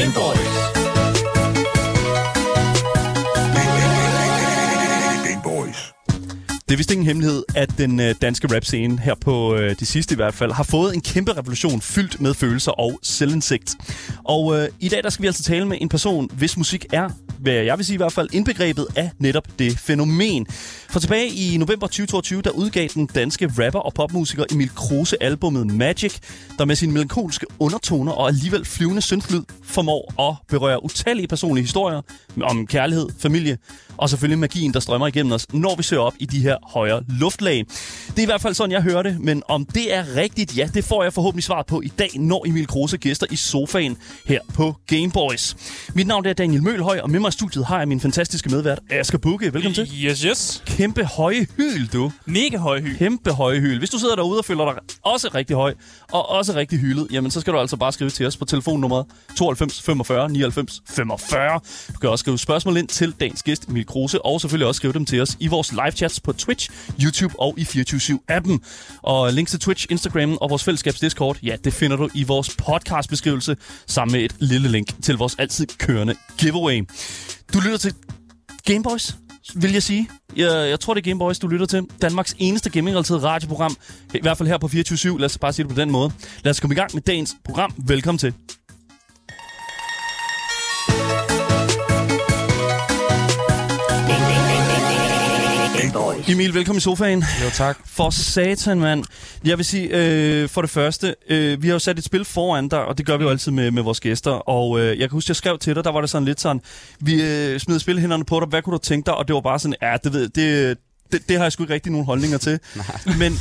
Gameboys. Det er vist ingen hemmelighed, at den danske rapscene her på de sidste i hvert fald har fået en kæmpe revolution fyldt med følelser og selvindsigt. Og i dag der skal vi altså tale med en person, hvis musik er, hvad jeg vil sige i hvert fald, indbegrebet af netop det fænomen. For tilbage i november 2022, der udgav den danske rapper og popmusiker Emil Kruse albumet Magic, der med sine melankolske undertoner og alligevel flyvende syndflyd formår at berøre utallige personlige historier om kærlighed, familie og selvfølgelig magien, der strømmer igennem os, når vi søger op i de her højere luftlag. Det er i hvert fald sådan, jeg hører det, men om det er rigtigt, ja, det får jeg forhåbentlig svaret på i dag, når Emil Kruse gæster i sofaen her på Gameboys. Mit navn er Daniel Mølhøj, og med mig i studiet har jeg min fantastiske medvært, Asger Bukke. Velkommen til. Yes. Kæmpe høje hyl, du. Mega høje hyl. Kæmpe høje hyl. Hvis du sidder derude og føler dig også rigtig høj, og også rigtig hyldet, jamen så skal du altså bare skrive til os på telefonnummeret 92 45 99 45. Du kan også skrive spørgsmål ind til dagens gæst, Emil Kruse, og selvfølgelig også skrive dem til os i vores live-chats på Twitch, YouTube og i 24/7-appen. Og links til Twitch, Instagram og vores fællesskabs Discord, ja, det finder du i vores podcastbeskrivelse, sammen med et lille link til vores altid kørende giveaway. Du lytter til Gameboys, vil jeg sige. Jeg tror, det er Gameboys, du lytter til. Danmarks eneste gaming-relateret radioprogram. I hvert fald her på 24/7. Lad os bare sige det på den måde. Lad os komme i gang med dagens program. Velkommen til. Emil, velkommen i sofaen. Jo, tak. For satan, mand. Jeg vil sige, for det første, vi har jo sat et spil foran dig, og det gør vi jo altid med vores gæster. Og jeg kan huske, jeg skrev til dig, der var det sådan lidt sådan, vi smed spilhænderne på dig, hvad kunne du tænke dig? Og det var bare sådan, ja, det har jeg sgu ikke rigtig nogen holdninger til. Men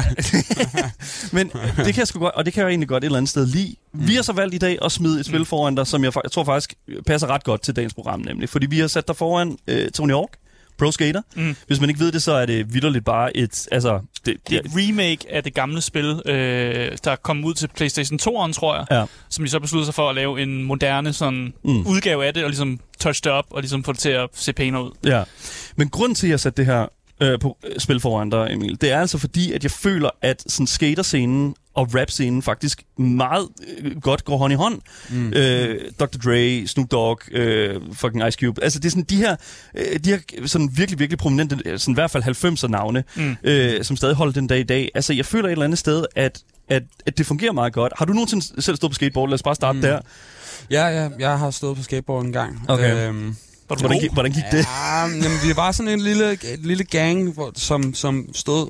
det kan jeg sgu godt, og det kan jeg egentlig godt et eller andet sted lide. Vi har så valgt i dag at smide et spil foran dig, som jeg tror faktisk passer ret godt til dagens program, nemlig. Fordi vi har sat dig foran Tony Hawk Pro Skater. Hvis man ikke ved det, så er det vitterligt bare et... Altså, det er et remake af det gamle spil, der kom ud til PlayStation 2'eren, tror jeg. Ja. Som de så besluttede sig for at lave en moderne sådan, udgave af det, og ligesom touch det op, og ligesom få det til at se pænere ud. Ja. Men grunden til, at jeg satte det her på spil foran dig, Emil, det er altså fordi, at jeg føler, at sådan skaterscenen og rap-scenen faktisk meget godt går hånd i hånd. Dr. Dre, Snoop Dogg, fucking Ice Cube. Altså det er sådan de her sådan virkelig, virkelig prominente, sådan i hvert fald 90'er navne, som stadig holder den dag i dag. Altså jeg føler et eller andet sted, at det fungerer meget godt. Har du nogensinde selv stået på skateboard? Lad os bare starte der. Ja, jeg har stået på skateboard en gang. Okay. Hvordan gik det? Ja, jamen, vi var sådan en lille gang, som stod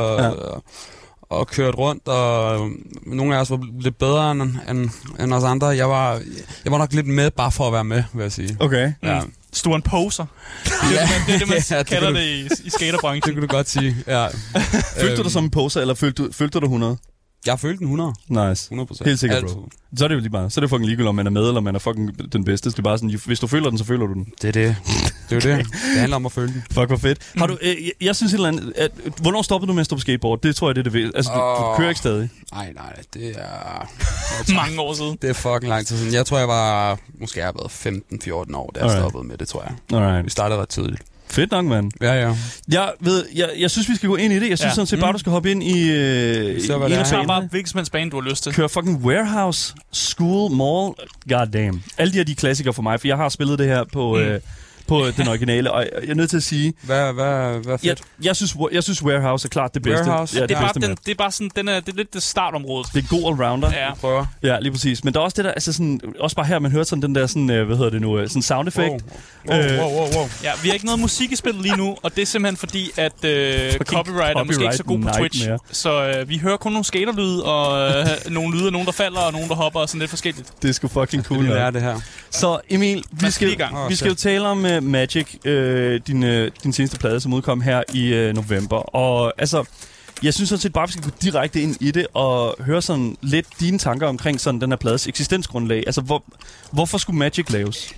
og kørte rundt, og nogle af os var lidt bedre end os andre. Jeg var nok lidt med, bare for at være med, vil jeg sige. Okay. Ja. Du er en poser. Det er det, man kalder det i skaterbranchen. Det kunne du godt sige, ja. Følte du dig som en poser, eller følte du 100? Jeg følte den 100. Nice. 100%. Helt sikkert, bro. Så er det jo lige bare. Så er det fucking ligegyldigt, om man er med, eller om man er fucking den bedste. Det er bare sådan, hvis du føler den, så føler du den. Det er det. Det er jo det. Det handler om at føle den. Fuck, hvor fedt. Har du, jeg synes et eller andet, hvornår stoppede du med at stå på skateboard? Det tror jeg, det er det ved. Altså, du kører ikke stadig. Nej, det er... mange år siden. Det er fucking lang tid siden. Jeg tror, jeg var... Måske jeg har været 15-14 år, da jeg stoppede med det, tror jeg. Alright. Vi startede ret tidligt. Fedt nok, mand. Ja. Jeg synes, vi skal gå ind i det. Jeg synes sådan set bare, du skal hoppe ind i en af banerne. Bare hvilken som helst bane, du har lyst til. Køre fucking Warehouse, School, Mall. God damn. Alle de her, de klassiker for mig, for jeg har spillet det her på den originale, og jeg er nødt til at sige... Hvad fedt? Jeg synes Warehouse er klart det bedste. Warehouse? Ja, det er bare sådan, det er lidt det startområdet. Det er god allrounder. Ja. Prøver. Ja, lige præcis. Men der er også det der, altså sådan, også bare her, man hørte sådan den der sådan, hvad hedder det nu, sådan sound effect. Wow. Ja, vi har ikke noget musik i spillet lige nu, og det er simpelthen fordi, at copyright er måske ikke så god på Twitch. Så vi hører kun nogle skaterlyde, og nogle lyde af nogen, der falder, og nogen, der hopper, og sådan lidt forskelligt. Det er sgu fucking cool. Det er det her. Så Emil, vi skal jo tale om Magic, din seneste plade, som udkom her i november. Og altså, jeg synes sådan set bare, vi skal gå direkte ind i det og høre sådan lidt dine tanker omkring sådan den her plades eksistensgrundlag. Altså, hvorfor skulle Magic laves?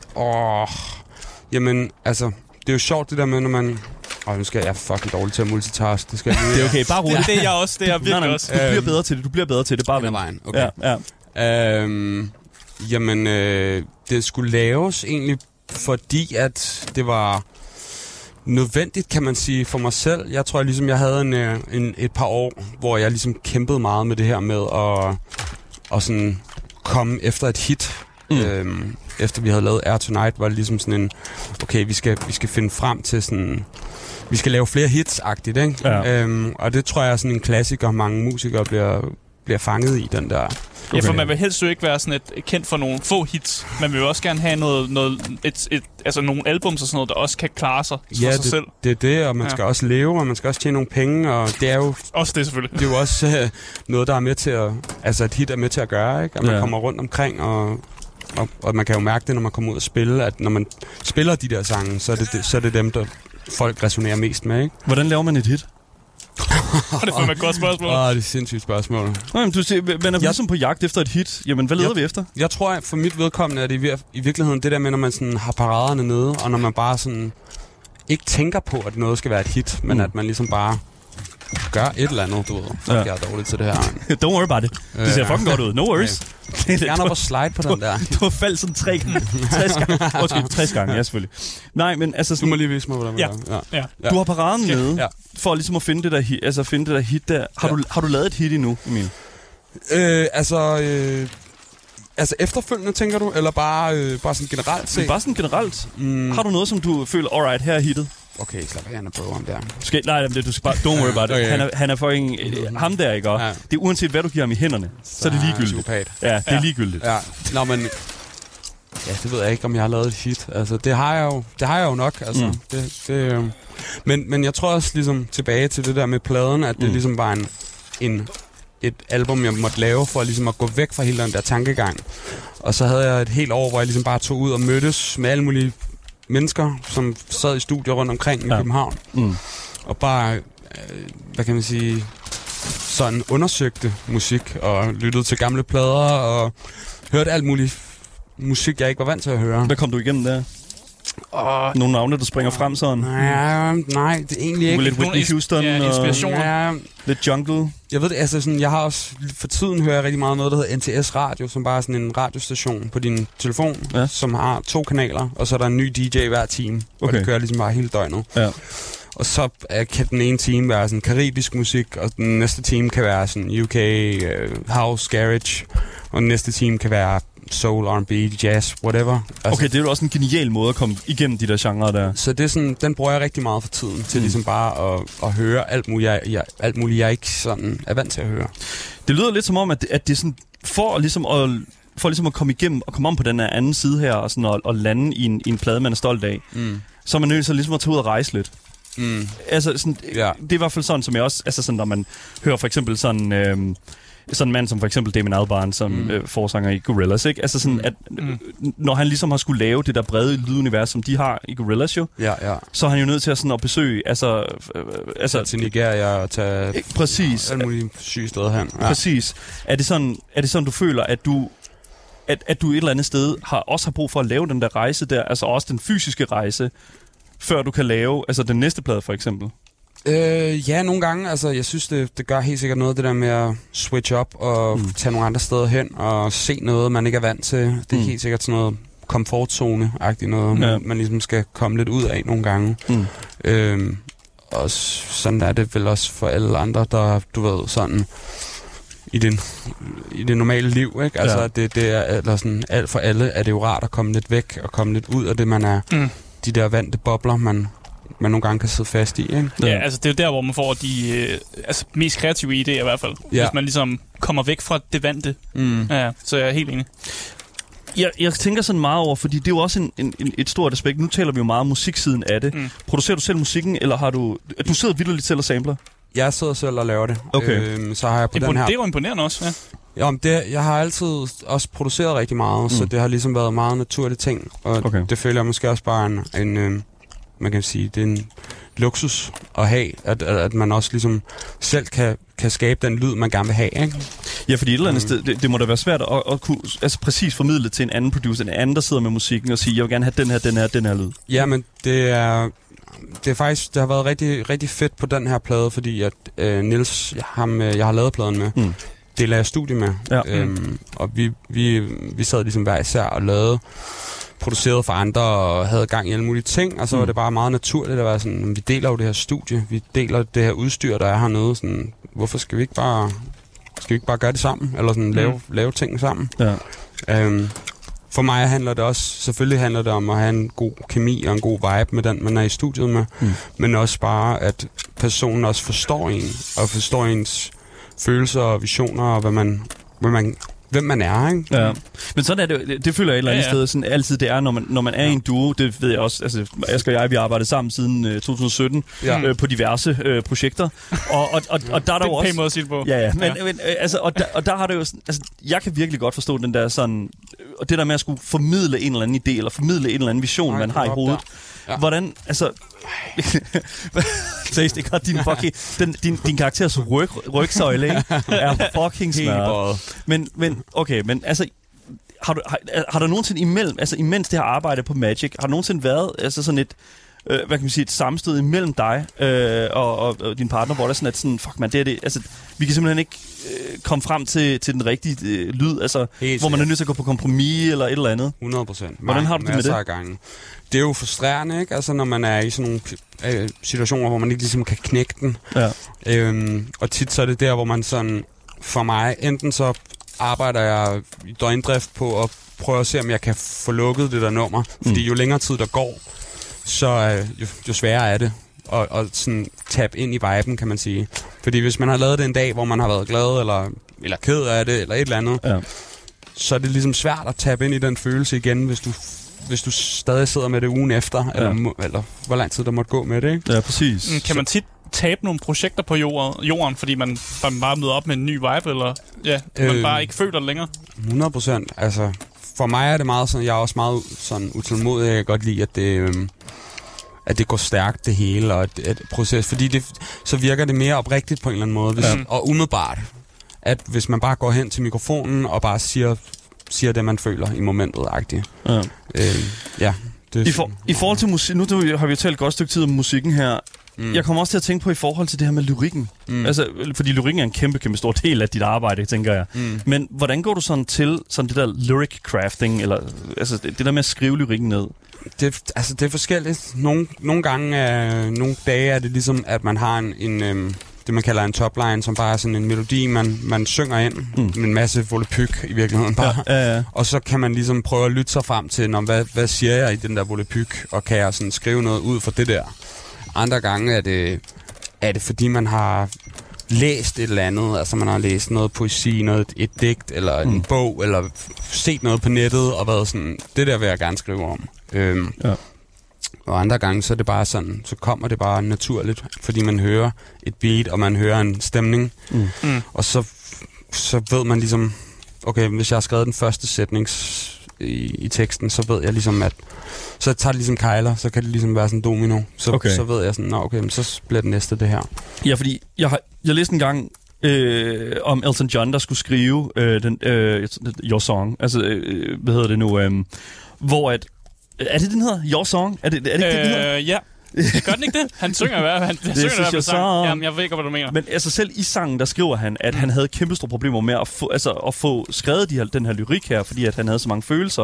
Jamen, altså, det er jo sjovt det der med, når man... nu skal jeg fucking dårlig til at multitask. Det skal jeg det er okay, bare roligt. Det er jeg også, det er jeg virkelig også. Du bliver bedre til det, bare vent. Vejen. Okay. Ja. Jamen, det skulle laves egentlig, fordi at det var nødvendigt, kan man sige, for mig selv. Jeg tror ligesom, jeg havde et par år, hvor jeg ligesom kæmpede meget med det her med at sådan komme efter et hit. Efter vi havde lavet Air Tonight, var det ligesom sådan en, okay, vi skal finde frem til sådan, vi skal lave flere hits-agtigt, ikke? Ja. Og det tror jeg er sådan en klassiker, mange musikere bliver fanget i, den der. Okay. Ja, for man vil helst jo ikke være sådan et kendt for nogle få hits. Man vil jo også gerne have altså nogle albums og sådan noget, der også kan klare sig for sig selv. Det er det, og man skal også leve, og man skal også tjene nogle penge, og det er jo... Også det, selvfølgelig. Det er jo også noget, der er med til at... Altså, et hit er med til at gøre, ikke? At man kommer rundt omkring, og man kan jo mærke det, når man kommer ud og spille, at når man spiller de der sange, så er det dem, der folk resonerer mest med, ikke? Hvordan laver man et hit? Det får man et godt spørgsmål. Det er et sindssygt spørgsmål. Nå, men du siger, man er ligesom på jagt efter et hit. Jamen, hvad leder vi efter? Jeg tror, at for mit vedkommende er det i virkeligheden det der med, når man sådan har paraderne nede, og når man bare sådan ikke tænker på, at noget skal være et hit, men at man ligesom bare gør et eller andet, du ved. Så jeg er dårligt til det her. Don't worry about it. Det ser fucking godt ud. No worries. Jeg er gerne op og slide på den der. Du har faldt sådan 60 gange. 60 gange, ja, selvfølgelig. Nej, men altså sådan... Du må lige vise mig, hvordan man gør. Ja. Du har paraden nede, for ligesom at finde det der hit, der. Har du lavet et hit endnu, Emil? Altså efterfølgende, tænker du? Eller bare sådan generelt set? Bare sådan generelt. Har du noget, som du føler, alright, her er hittet? Okay, slap af, han er på om der. Nej, du skal bare, don't worry about it. Okay. Han er fucking ham der, ikke? Ja. Det er uanset, hvad du giver ham i hænderne, så er det ligegyldigt. Ja, det er ligegyldigt. Ja. Nå, men... Ja, det ved jeg ikke, om jeg har lavet et hit. Altså, det har jeg jo nok. Altså, men jeg tror også ligesom tilbage til det der med pladen, at det ligesom var et album, jeg måtte lave for ligesom at gå væk fra hele den der tankegang. Og så havde jeg et helt år, hvor jeg ligesom bare tog ud og mødtes med alle mulige mennesker, som sad i studier rundt omkring i København. Og bare, hvad kan man sige, sådan undersøgte musik og lyttede til gamle plader og hørte alt muligt musik, jeg ikke var vant til at høre. Hvad kom du igennem der? Nogle navne, der springer frem sådan? Nej, det er egentlig ikke. Lidt Whitney Houston og lidt Jungle. Jeg ved det, altså sådan, jeg har også, for tiden hører jeg rigtig meget noget, der hedder NTS Radio, som bare er sådan en radiostation på din telefon, som har 2 kanaler, og så er der en ny DJ hver time, og det kører ligesom bare hele døgnet. Ja. Og så kan den ene time være sådan karibisk musik, og den næste time kan være sådan UK, house, garage, og den næste time kan være soul, R&B, jazz, whatever. Altså, okay, det er jo også en genial måde at komme igennem de der genrer der. Så det er sådan, den bruger jeg rigtig meget for tiden, til ligesom bare at høre alt muligt, jeg ikke sådan er vant til at høre. Det lyder lidt som om, at det er sådan, for ligesom at komme igennem og komme om på den her anden side her, og sådan at lande i en plade, man er stolt af, så er man nødt til ligesom at tage ud og rejse lidt. Altså, sådan, det er i hvert fald sådan, som jeg også, altså sådan, når man hører for eksempel sådan... sådan en mand som for eksempel Damon Albarn, som forsanger i Gorillaz, ikke? Altså sådan, at når han ligesom har skulle lave det der brede lydunivers, som de har i Gorillaz jo, så er han jo nødt til at besøge, altså til Nigeria og tage præcis alle mulige syge steder hen. Ja. Præcis. Er det sådan, du føler, at du et eller andet sted også har brug for at lave den der rejse der, altså også den fysiske rejse, før du kan lave, altså den næste plade for eksempel? Ja, nogle gange. Altså, jeg synes, det gør helt sikkert noget, det der med at switch up og tage nogle andre steder hen og se noget, man ikke er vant til. Det er helt sikkert sådan noget komfortzone-agtigt noget, man ligesom skal komme lidt ud af nogle gange. Og sådan er det vel også for alle andre, der, du ved, sådan i det normale liv, ikke? Altså, det er eller sådan, alt for alle er det jo rart at komme lidt væk og komme lidt ud af det, man er, de der vante bobler, man nogle gange kan sidde fast i, ikke? Ja, altså det er jo der, hvor man får de mest kreative idéer i hvert fald. Ja. Hvis man ligesom kommer væk fra det vante. Ja, så jeg er helt enig. Jeg tænker sådan meget over, fordi det er jo også et stort aspekt. Nu taler vi jo meget om musiksiden af det. Producerer du selv musikken, eller har du sidder vitterligt selv og sampler? Jeg sidder selv og laver det. Okay. Så har jeg på den her... Det er jo imponerende også, ja. Jamen, jeg har altid også produceret rigtig meget, så det har ligesom været meget naturlige ting. Og det føler jeg måske også bare en man kan sige, det er en luksus at have, at man også ligesom selv kan skabe den lyd, man gerne vil have, ikke? Ja, fordi et eller andet sted, det må da være svært at kunne altså præcis formidle til en anden producer, en anden, der sidder med musikken og siger, jeg vil gerne have den her lyd. Ja, men det er faktisk, det har været rigtig, rigtig fedt på den her plade, fordi at Niels, jeg har lavet pladen med, det lavede jeg studie med, og vi sad ligesom hver især og lavede, produceret for andre og havde gang i alle mulige ting, og så var det bare meget naturligt at være sådan, vi deler jo det her studie, vi deler det her udstyr, der er hernede, sådan, hvorfor skal vi ikke bare gøre det sammen, eller sådan lave ting sammen. Ja. For mig handler det også, selvfølgelig handler det om at have en god kemi og en god vibe med den, man er i studiet med, men også bare, at personen også forstår en, og forstår ens følelser og visioner, og hvem man er, ikke? Ja. Men sådan er det føler jeg et eller andet sted, sådan altid det er, når man er i en duo, det ved jeg også, altså Asger og jeg, vi har arbejdet sammen siden 2017 på diverse projekter, og der er der jo også... Det er en pæn måde at sige det på. Ja. Men, altså, og der har det jo, altså, jeg kan virkelig godt forstå den der sådan, og det der med at skulle formidle en eller anden idé, eller formidle en eller anden vision, man har i hovedet. Ja. Hvordan, altså... Seriøst, ikke? Din karakters rygsøjle, ikke? Er fucking smadret. Men okay, men altså... Har der nogensinde imens det her arbejde på Magic, har der nogensinde været altså sådan et, hvad kan man sige, et sammenstød imellem dig og din partner, hvor der sådan, at sådan, fuck man, det altså, vi kan simpelthen ikke komme frem til den rigtige lyd, altså, hvor man er nødt til at gå på kompromis eller et eller andet? 100%. Hvordan har du det med det? Gange. Det er jo frustrerende, ikke? Altså, når man er i sådan nogle situationer, hvor man ikke ligesom kan knække den. Ja. Og tit så er det der, hvor man sådan, for mig, enten så arbejder jeg i døgndrift på at prøve at se, om jeg kan få lukket det der nummer. Fordi jo længere tid der går, så jo sværere er det at sådan tabe ind i viben, kan man sige. Fordi hvis man har lavet det en dag, hvor man har været glad eller ked af det, eller et eller andet, så er det ligesom svært at tabe ind i den følelse igen, hvis du stadig sidder med det ugen efter, eller hvor lang tid der måtte gå med det, ikke? Ja, præcis. Kan man tit tabe nogle projekter på jorden, fordi man bare møder op med en ny vibe, eller man bare ikke føler det længere? 100%. Altså, for mig er det meget sådan, jeg er også meget sådan utålmodig, jeg kan godt lide, at det går stærkt det hele, og et proces, fordi så virker det mere oprigtigt på en eller anden måde, og umiddelbart, at hvis man bare går hen til mikrofonen og bare siger det, man føler i momentet-agtigt. Ja. I forhold til musik, nu har vi jo talt et godt stykke tid om musikken her. Jeg kommer også til at tænke på i forhold til det her med lyrikken. Altså, fordi lyrikken er en kæmpe stor del af dit arbejde, tænker jeg. Men hvordan går du sådan til sådan det der lyric crafting, eller altså det der med at skrive lyrikken ned? Det er forskelligt. Nogle gange, nogle dage er det ligesom, at man har en det man kalder en topline, som bare er sådan en melodi, man synger ind med en masse volapyk i virkeligheden bare. Ja. Og så kan man ligesom prøve at lytte sig frem til, hvad siger jeg i den der volapyk, og kan jeg sådan skrive noget ud fra det der. Andre gange er det fordi man har læst et eller andet, altså man har læst noget poesi, et digt, eller en bog, eller set noget på nettet, og været sådan, det der vil jeg gerne skrive om. Og andre gange, så er det bare sådan, så kommer det bare naturligt, fordi man hører et beat, og man hører en stemning, og så ved man ligesom, okay, hvis jeg har skrevet den første sætning i teksten, så ved jeg ligesom, at så tager det ligesom kejler, så kan det ligesom være sådan en domino. Så ved jeg sådan, okay, men så bliver det næste det her. Ja, fordi jeg læste en gang om Elton John, der skulle skrive Your Song. Altså, hvad hedder det nu? Hvor at... Er det den hedder? Your Song? Er det ikke det, den hedder? Ja. Gør den ikke det? Han synger i hvert fald. Sang. Jamen, jeg ved ikke, hvad du mener. Men altså selv i sangen, der skriver han, at han havde kæmpe store problemer med at få skrevet den her lyrik her, fordi at han havde så mange følelser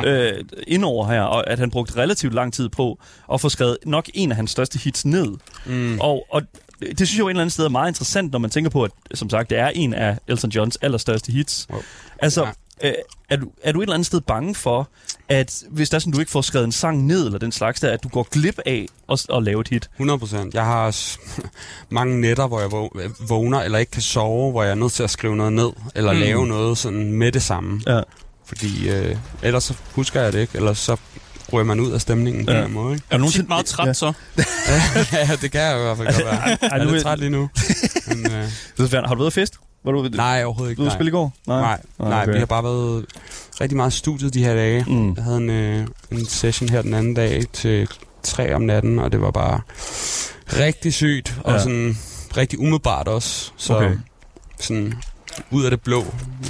indover her, og at han brugte relativt lang tid på at få skrevet nok en af hans største hits ned. Og det synes jeg jo et eller andet sted er meget interessant, når man tænker på, at som sagt, det er en af Elton Johns allerstørste hits. Altså... Er du et eller andet sted bange for, at hvis der er sådan, du ikke får skrevet en sang ned, eller den slags der, at du går glip af at lave et hit? 100%. Jeg har også mange nætter, hvor jeg vågner, eller ikke kan sove, hvor jeg er nødt til at skrive noget ned, eller lave noget sådan med det samme. Ja. Fordi ellers så husker jeg det ikke, eller så ryger man ud af stemningen på den måde. Ikke? Er du nogensinde meget træt så? Ja, det kan jeg i hvert fald godt være. Jeg er lidt træt lige nu. Men, har du været fest? Nej, overhovedet ikke. Du spille i går? Nej, okay. Vi har bare været rigtig meget i studiet de her dage. Jeg havde en session her den anden dag til 3 om natten, og det var bare rigtig sygt, og sådan rigtig umiddelbart også. Så sådan ud af det blå,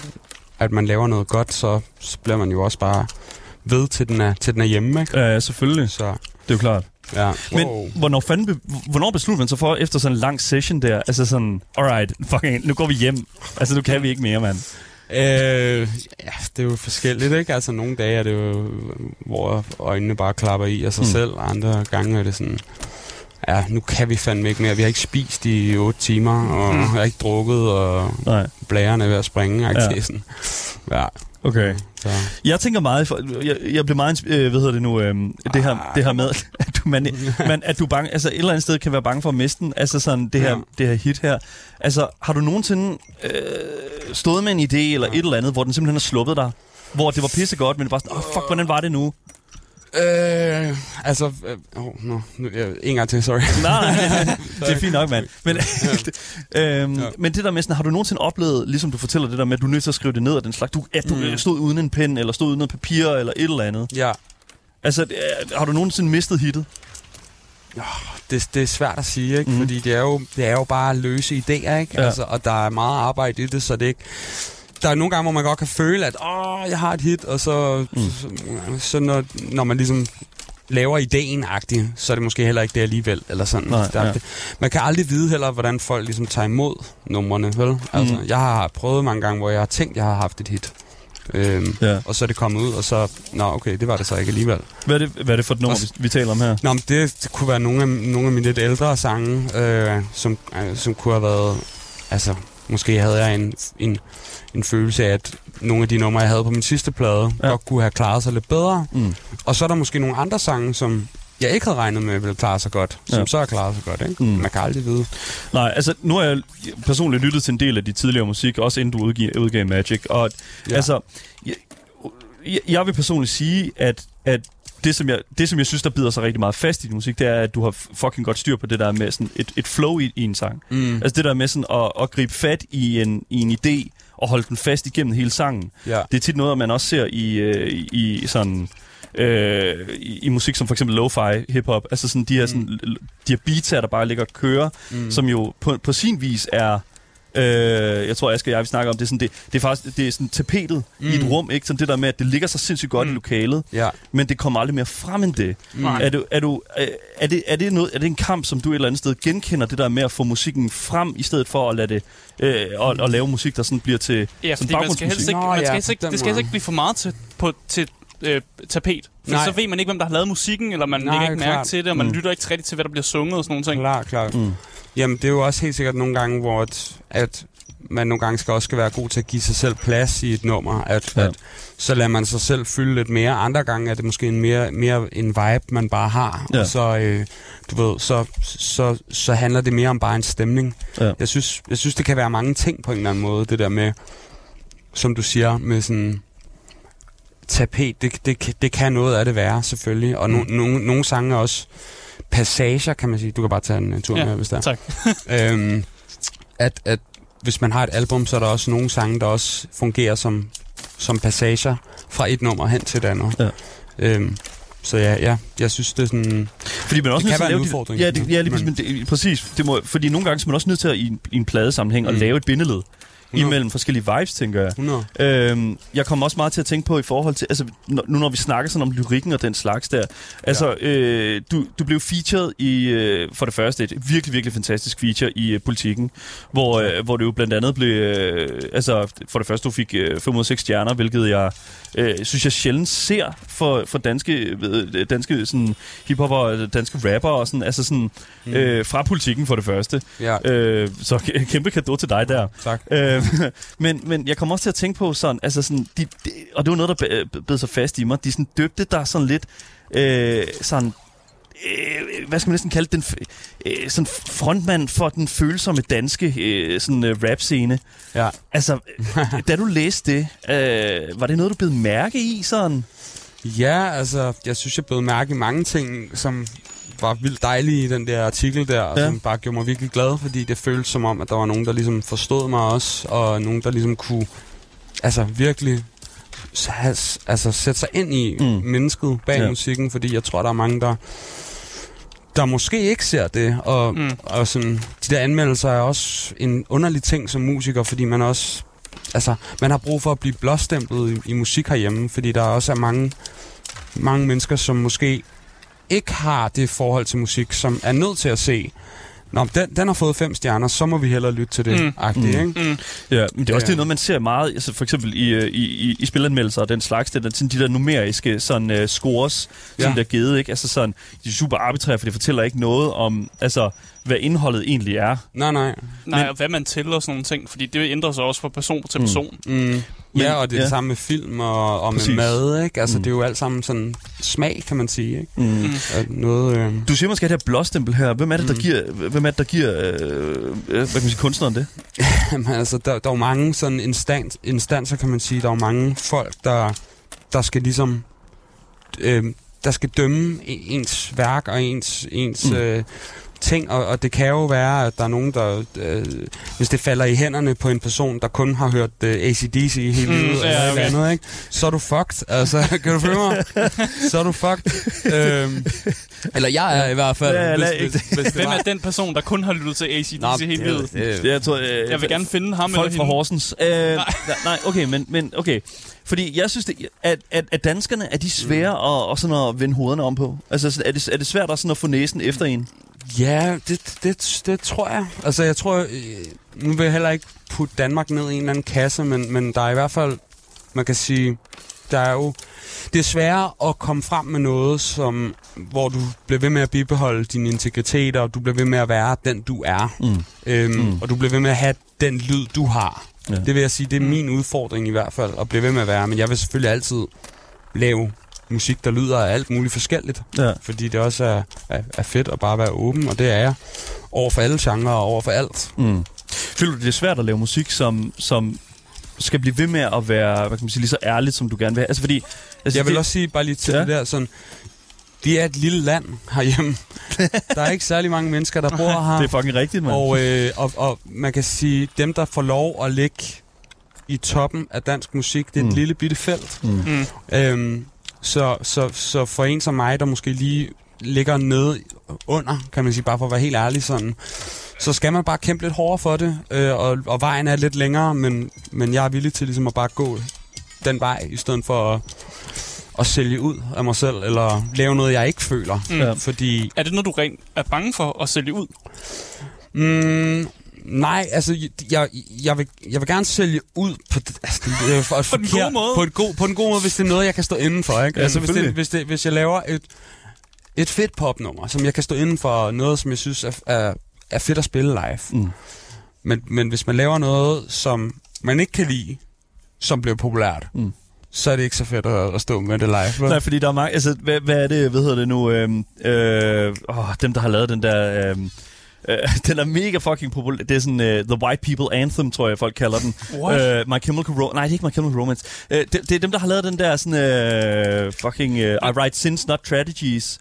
at man laver noget godt, så bliver man jo også bare ved til den er hjemme, ikke? Ja, selvfølgelig. Så. Det er jo klart. Ja. Men hvornår beslutter man så for, efter sådan en lang session der, altså sådan, alright, fucking, nu går vi hjem. Altså, nu kan vi ikke mere, mand. Ja, det er jo forskelligt, ikke? Altså, nogle dage er det jo, hvor øjnene bare klapper i af sig selv, og andre gange er det sådan, ja, nu kan vi fandme ikke mere. Vi har ikke spist i 8 timer, og har ikke drukket, og blærerne er ved at springe. Ja. Okay. Så. Jeg tænker meget, jeg bliver meget, det her med, at du er bange, altså et eller andet sted kan være bange for at miste den, altså sådan det her hit her. Altså, har du nogensinde stået med en idé eller et eller andet, hvor den simpelthen har sluppet dig? Hvor det var pissegodt, men det var sådan, fuck, hvordan var det nu? En gang til, sorry. Nej, det er fint nok, mand. Men det der med sådan, har du nogensinde oplevet, ligesom du fortæller det der med, at du er nødt til at skrive det ned af den slags, at du stod uden en pen, eller stod uden noget papir, eller et eller andet? Ja. Altså, har du nogensinde mistet hittet? Det er svært at sige, ikke? Fordi det er jo bare løse idéer, ikke? Ja. Altså, og der er meget arbejde i det, så det ikke... Der er nogle gange, hvor man godt kan føle, at jeg har et hit, og så når man ligesom laver idéen-agtigt, så er det måske heller ikke det alligevel, eller sådan. Man kan aldrig vide heller, hvordan folk ligesom tager imod numrene, vel? Altså, jeg har prøvet mange gange, hvor jeg har tænkt, jeg har haft et hit. Og så er det kommet ud, og så... okay, det var det så ikke alligevel. Hvad er det for et nummer, vi taler om her? Men det kunne være nogle af mine lidt ældre sange, som kunne have været... Altså, måske havde jeg en følelse af, at nogle af de numre, jeg havde på min sidste plade, godt kunne have klaret sig lidt bedre. Og så er der måske nogle andre sange, som jeg ikke havde regnet med, ville klare sig godt, som så har klaret sig godt, ikke? Man kan aldrig vide. Nej, altså, nu har jeg personligt lyttet til en del af de tidligere musik, også inden du udgav Magic, og altså, jeg vil personligt sige, at det, som jeg synes, der bider sig rigtig meget fast i din musik, det er, at du har fucking godt styr på det der med sådan et flow i en sang. Altså det der med sådan at gribe fat i en idé og holde den fast igennem hele sangen. Ja. Det er tit noget, man også ser i sådan... i musik som for eksempel lo-fi hip-hop, altså sådan de her beats her, der bare ligger og kører, som jo på sin vis er jeg tror, Asger og jeg, vi snakker om, det er sådan, det er faktisk, det er sådan tapetet i et rum, ikke? Sådan det der med, at det ligger så sindssygt godt i lokalet, men det kommer aldrig mere frem end det. Er det en kamp, som du et eller andet sted genkender, det der med at få musikken frem, i stedet for at lade det, og lave musik, der sådan bliver til sådan baggrundsmusik? Det skal ikke blive for meget til tapet. For så ved man ikke, hvem der har lavet musikken, eller man lægger ikke mærke til det, og man lytter ikke rigtigt til, hvad der bliver sunget og sådan nogle ting. Klart. Jamen, det er jo også helt sikkert nogle gange, hvor at man nogle gange skal være god til at give sig selv plads i et nummer. At så lader man sig selv fylde lidt mere. Andre gange er det måske mere en vibe, man bare har. Ja. Og så, du ved, så handler det mere om bare en stemning. Ja. Jeg synes, det kan være mange ting på en eller anden måde. Det der med, som du siger, med sådan... tapet, det kan noget af det være, selvfølgelig. Og nogle sange er også passager, kan man sige. Du kan bare tage en tur med, hvis der. Tak. At hvis man har et album, så er der også nogle sange, der også fungerer som passager fra et nummer hen til et andet. Ja. Så jeg synes, det er sådan... Fordi man også det kan være en udfordring. Præcis. Fordi nogle gange er man også nødt til at i en pladesammenhæng at lave et bindeled. Imellem forskellige vibes, tænker jeg. Jeg kommer også meget til at tænke på i forhold til, altså nu når vi snakker sådan om lyrikken og den slags der, altså du blev featured i, for det første, et virkelig, virkelig fantastisk feature i Politiken, hvor det jo blandt andet blev, altså for det første, du fik 5 ud af 6 stjerner, hvilket jeg synes jeg sjældent ser for danske sådan hiphopper og danske rapper og sådan, altså sådan fra Politiken for det første. Ja. Så kæmpe cadeau til dig der. Tak. Men jeg kommer også til at tænke på sådan, altså sådan, og det var noget, der bed sig fast i mig, de sådan døbte der sådan lidt, sådan, hvad skal man næsten kalde den, sådan frontmand for den følsomme danske sådan rap-scene. Ja. Altså, da du læste det, var det noget, du bed mærke i sådan? Ja, altså, jeg synes, jeg bed mærke i mange ting, som var vildt dejlige i den der artikel der, og som bare gjorde mig virkelig glad, fordi det føltes som om, at der var nogen, der ligesom forstod mig også, og nogen, der ligesom kunne virkelig sætte sig ind i mennesket bag musikken, fordi jeg tror, der er mange, der måske ikke ser det, og sådan, de der anmeldelser er også en underlig ting som musiker, fordi man også, altså, man har brug for at blive blåstemplet i musik herhjemme, fordi der også er mange mennesker, som måske ikke har det forhold til musik, som er nødt til at se, den har fået 5 stjerner, så må vi hellere lytte til det. Ikke? Ja, men det er også det noget, man ser meget, altså for eksempel i spilanmeldelser og den slags, de der numeriske sådan, scores, som der er givet, ikke? Altså sådan, de er super arbitrære, for det fortæller ikke noget om, altså, hvad indholdet egentlig er. Nej. Nej, og hvad man tæller og sådan nogle ting, fordi det ændrer sig også fra person til person. Ja, og det er det samme med film og med mad, ikke? Altså, det er jo alt sammen sådan smag, kan man sige, ikke? Noget, Du siger måske, at det her blåstempel her, hvem er det, der giver hvad kan man sige, kunstneren det? Jamen, altså, der er jo mange sådan instanser, kan man sige. Der er jo mange folk, der skal ligesom... der skal dømme ens værk og ens ting, og det kan jo være, at der er nogen, der... hvis det falder i hænderne på en person, der kun har hørt AC/DC i hele livet, eller et eller andet, ikke? Så er du fucked. Altså, kan du følge mig? Så er du fucked. Eller jeg er i hvert fald. Hvis hvem er den person, der kun har lyttet til AC/DC hele livet? Jeg vil gerne finde ham folk eller fra Horsens. Nej, okay, men okay. Fordi jeg synes, at danskerne, er de svære at, sådan at vende hovederne om på? Altså, er det svært at, sådan at få næsen efter en? Ja, det tror jeg. Altså, jeg tror... nu vil jeg heller ikke putte Danmark ned i en eller anden kasse, men der er i hvert fald... Man kan sige... Der er jo... Det er sværere at komme frem med noget, hvor du bliver ved med at bibeholde din integritet, og du bliver ved med at være den, du er. Og du bliver ved med at have den lyd, du har. Ja. Det vil jeg sige, det er min udfordring i hvert fald, at blive ved med at være. Men jeg vil selvfølgelig altid lave musik, der lyder af alt muligt forskelligt. Ja. Fordi det også er fedt at bare være åben, og det er jeg. Over for alle genrer og over for alt. Føler du, det er svært at lave musik, som skal blive ved med at være, hvad kan man sige, lige så ærligt, som du gerne vil have? Altså, fordi... Altså, jeg vil også sige, bare lige til det der, sådan... Vi er et lille land herhjemme. Der er ikke særlig mange mennesker, der bor her. Det er fucking rigtigt, mand. Og man kan sige, dem, der får lov at ligge i toppen af dansk musik, det er et lille bitte felt. Så for en som mig, der måske lige ligger nede under, kan man sige, bare for at være helt ærlig sådan, så skal man bare kæmpe lidt hårdere for det, og vejen er lidt længere, men jeg er villig til ligesom at bare gå den vej, i stedet for at sælge ud af mig selv, eller lave noget, jeg ikke føler. Fordi... Er det noget, du rent er bange for at sælge ud? Nej, altså, jeg vil gerne sælge ud på, på den gode måde. På den gode måde, hvis det er noget, jeg kan stå inden for, ikke? Ja, altså, hvis jeg laver et fedt popnummer, som jeg kan stå inden for, noget, som jeg synes er fedt at spille live. Men hvis man laver noget, som man ikke kan lide, som bliver populært, så er det ikke så fedt at stå med det live. Nej, fordi der er mange... Altså, hvad er det, hvad hedder det nu? Dem, der har lavet den der... den er mega fucking populær. Det er sådan The White People Anthem, tror jeg, folk kalder den. My Chemical Romance. Nej, det er ikke My Chemical Romance. Det er dem, der har lavet den der sådan... fucking... I Write Sins, Not Tragedies.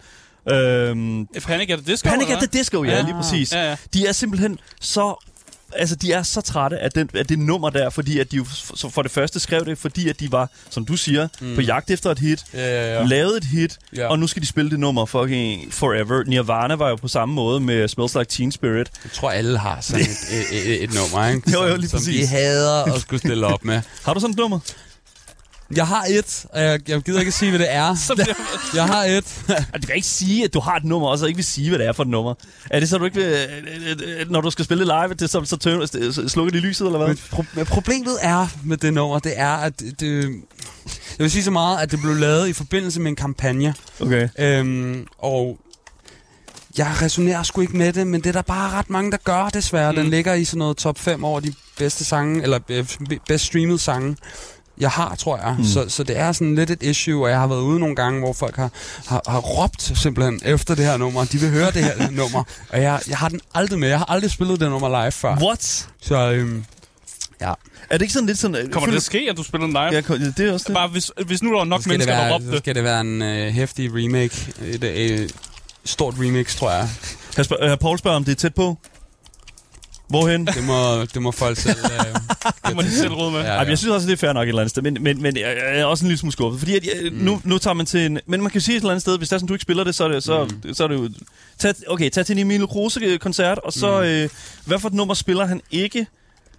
Panic at the Disco? Panic at the Disco, ja, lige præcis. Ja. De er simpelthen så... Altså, de er så trætte af det nummer der, fordi at de jo for det første skrev det, fordi at de var, som du siger, på jagt efter et hit, lavede et hit, og nu skal de spille det nummer fucking forever. Nirvana var jo på samme måde med Smells Like Teen Spirit. Jeg tror, alle har sådan et nummer, ikke? Jo, lige som præcis. De hader at skulle stille op med. Har du sådan et nummer? Jeg har et, og jeg gider ikke at sige, hvad det er. Jeg har et. Du kan ikke sige, at du har et nummer, og så ikke vil sige, hvad det er for et nummer. Er det så, du ikke vil, når du skal spille live, det så slukker de lyset, eller hvad? Men problemet er med det nummer, det er, at jeg vil sige så meget, at det blev lavet i forbindelse med en kampagne. Okay. Og jeg resonerer sgu ikke med det, men det er der bare ret mange, der gør, desværre. Den ligger i sådan noget top 5 over de bedste sange, eller bedst streamede sange. Jeg har, tror jeg. Så det er sådan lidt et issue, og jeg har været ude nogle gange, hvor folk har råbt simpelthen efter det her nummer. De vil høre det her nummer, og jeg har den aldrig med. Jeg har aldrig spillet det nummer live før. What? Så ja. Er det ikke sådan lidt sådan... Kommer det at ske, at du spiller den live? Ja, det er også det. Bare hvis nu der var nok mennesker, der råbte det. Så skal det være en heftig remake. Et stort remix, tror jeg. Paul spørger, om det er tæt på. Hvorhen? Det må folk selv... det må de selv råde med. Ja. Jeg synes også, det er fair nok et eller andet sted, men jeg er også en lille smule skuffet. Fordi nu tager man til en... Men man kan jo sige et eller andet sted, hvis det er sådan, du ikke spiller det, så er det jo... Tag til en Emil Rose-koncert, og så... hvad for et nummer spiller han ikke?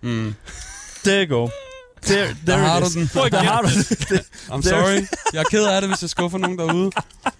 There you go. Der har du den. Der har du den. I'm sorry. Jeg er ked af det, hvis jeg skuffer nogen derude.